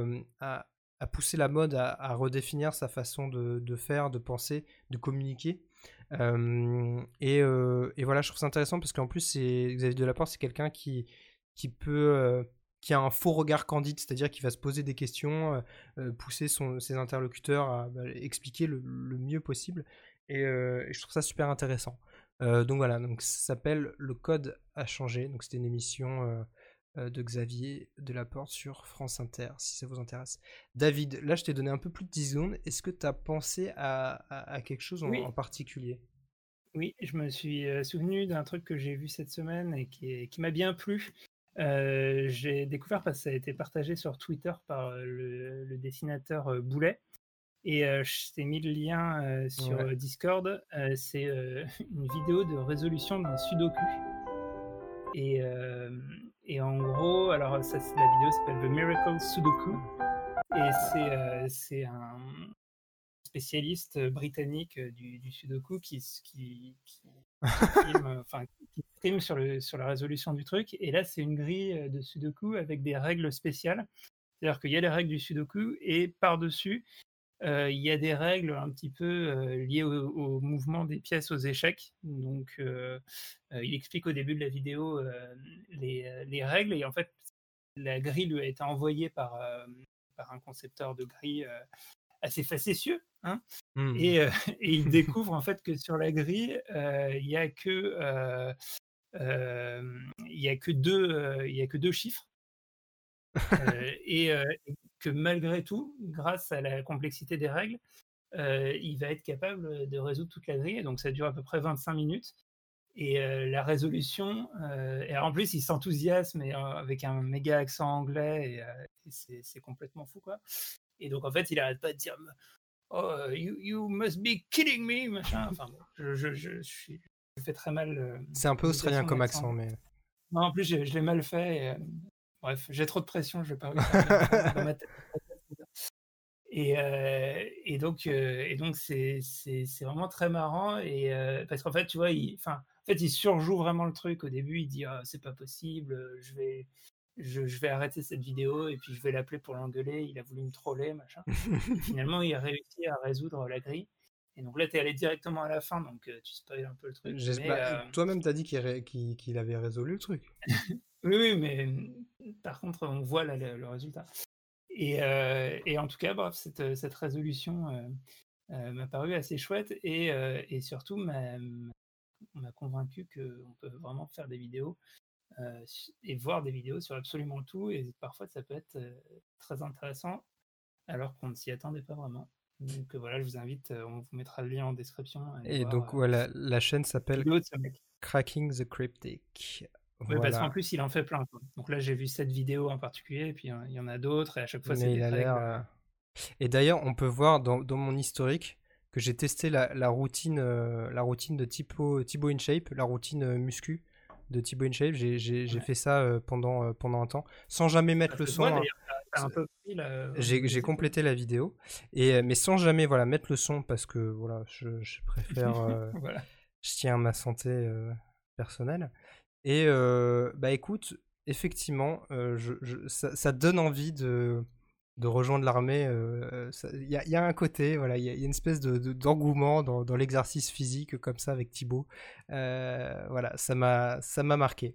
a poussé la mode à redéfinir sa façon de faire, de penser, de communiquer. Et voilà, je trouve ça intéressant parce qu'en plus, Xavier Delaporte, c'est quelqu'un qui a un faux regard candide, c'est-à-dire qu'il va se poser des questions, pousser ses interlocuteurs à expliquer le mieux possible. Et je trouve ça super intéressant. Donc voilà, donc ça s'appelle Le Code a changé. Donc c'était une émission de Xavier Delaporte sur France Inter, si ça vous intéresse. David, là je t'ai donné un peu plus de 10 secondes. Est-ce que tu as pensé à quelque chose en particulier ? Oui, je me suis souvenu d'un truc que j'ai vu cette semaine et qui m'a bien plu. J'ai découvert parce que ça a été partagé sur Twitter par le dessinateur Boulet. Et je t'ai mis le lien sur Discord. C'est une vidéo de résolution d'un sudoku. Et en gros, alors la vidéo s'appelle The Miracle Sudoku. Et c'est un spécialiste britannique du sudoku qui stream sur la résolution du truc. Et là, c'est une grille de sudoku avec des règles spéciales. C'est-à-dire qu'il y a les règles du sudoku et par-dessus, il y a des règles un petit peu liées au mouvement des pièces aux échecs. Donc, il explique au début de la vidéo les règles. Et en fait, la grille lui a été envoyée par un concepteur de grille assez facétieux. Hein. Et il découvre en fait que sur la grille, il y a que deux chiffres. Et que malgré tout, grâce à la complexité des règles, il va être capable de résoudre toute la grille. Donc ça dure à peu près 25 minutes. Et la résolution, et en plus il s'enthousiasme avec un méga accent anglais, et c'est complètement fou, quoi. Et donc en fait il arrête pas de dire oh, you must be kidding me, machin. Enfin bon, je fais très mal. C'est un peu australien comme accent, mais. Non, en plus je l'ai mal fait. Bref, j'ai trop de pression, je vais pas réussir dans ma tête. Et donc c'est vraiment très marrant, et parce qu'en fait tu vois il surjoue vraiment le truc. Au début il dit c'est pas possible, je vais arrêter cette vidéo et puis je vais l'appeler pour l'engueuler, il a voulu me troller, machin. Finalement il a réussi à résoudre la grille, et donc là t'es allé directement à la fin, donc tu spoil un peu le truc. Toi-même t'as dit qu'il avait résolu le truc. Oui, mais par contre on voit là le résultat. Et en tout cas, bref, cette résolution m'a paru assez chouette, et surtout m'a convaincu qu'on peut vraiment faire des vidéos et voir des vidéos sur absolument tout, et parfois ça peut être très intéressant alors qu'on ne s'y attendait pas vraiment. Donc voilà, je vous invite, on vous mettra le lien en description. Et voir, donc voilà, la chaîne s'appelle Cracking the Cryptic. Oui, voilà. Parce qu'en plus, il en fait plein. Donc là, j'ai vu cette vidéo en particulier, et puis il y en a d'autres, et à chaque fois, c'est des règles. Et d'ailleurs, on peut voir dans mon historique que j'ai testé la routine de Thibaut InShape, la routine muscu de Thibaut InShape. J'ai fait ça pendant un temps, sans jamais mettre le son. J'ai complété la vidéo, mais sans jamais mettre le son, parce que voilà, je préfère. Voilà. Je tiens à ma santé personnelle. Et écoute, effectivement, ça donne envie de rejoindre l'armée. Il y a un côté, voilà, il y a une espèce d'engouement dans l'exercice physique comme ça avec Thibaut. Voilà, ça m'a marqué,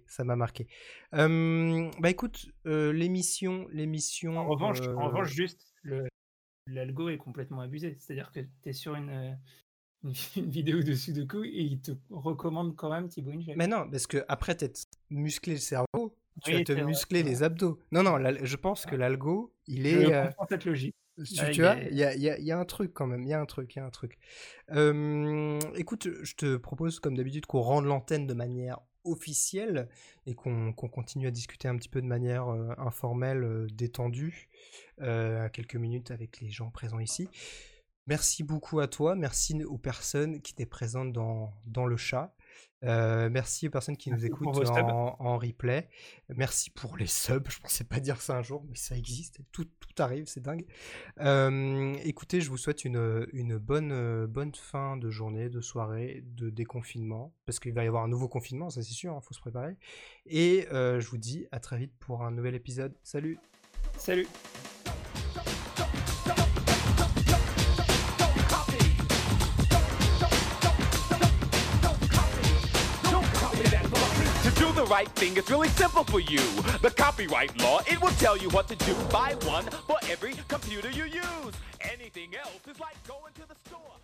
écoute, l'émission. En revanche, juste l'algo est complètement abusé. C'est-à-dire que tu es sur une vidéo de Sudoku et il te recommande quand même Thibaut InShape. Mais non, parce que après t'as musclé le cerveau, tu vas te muscler les abdos. Non, je pense que l'algo, il est. Je comprends cette logique. Tu vois, il y a un truc quand même, il y a un truc. Écoute, je te propose comme d'habitude qu'on rende l'antenne de manière officielle et qu'on continue à discuter un petit peu de manière informelle, détendue, à quelques minutes avec les gens présents ici. Merci beaucoup à toi, merci aux personnes qui étaient présentes dans le chat. Merci aux personnes qui nous écoutent en replay. Merci pour les subs, je pensais pas dire ça un jour, mais ça existe, tout arrive, c'est dingue. Écoutez, je vous souhaite une bonne fin de journée, de soirée, de déconfinement, parce qu'il va y avoir un nouveau confinement, ça c'est sûr, faut se préparer. Et je vous dis à très vite pour un nouvel épisode. Salut. the right thing. It's really simple for you. The copyright law, it will tell you what to do. Buy one for every computer you use. Anything else is like going to the store.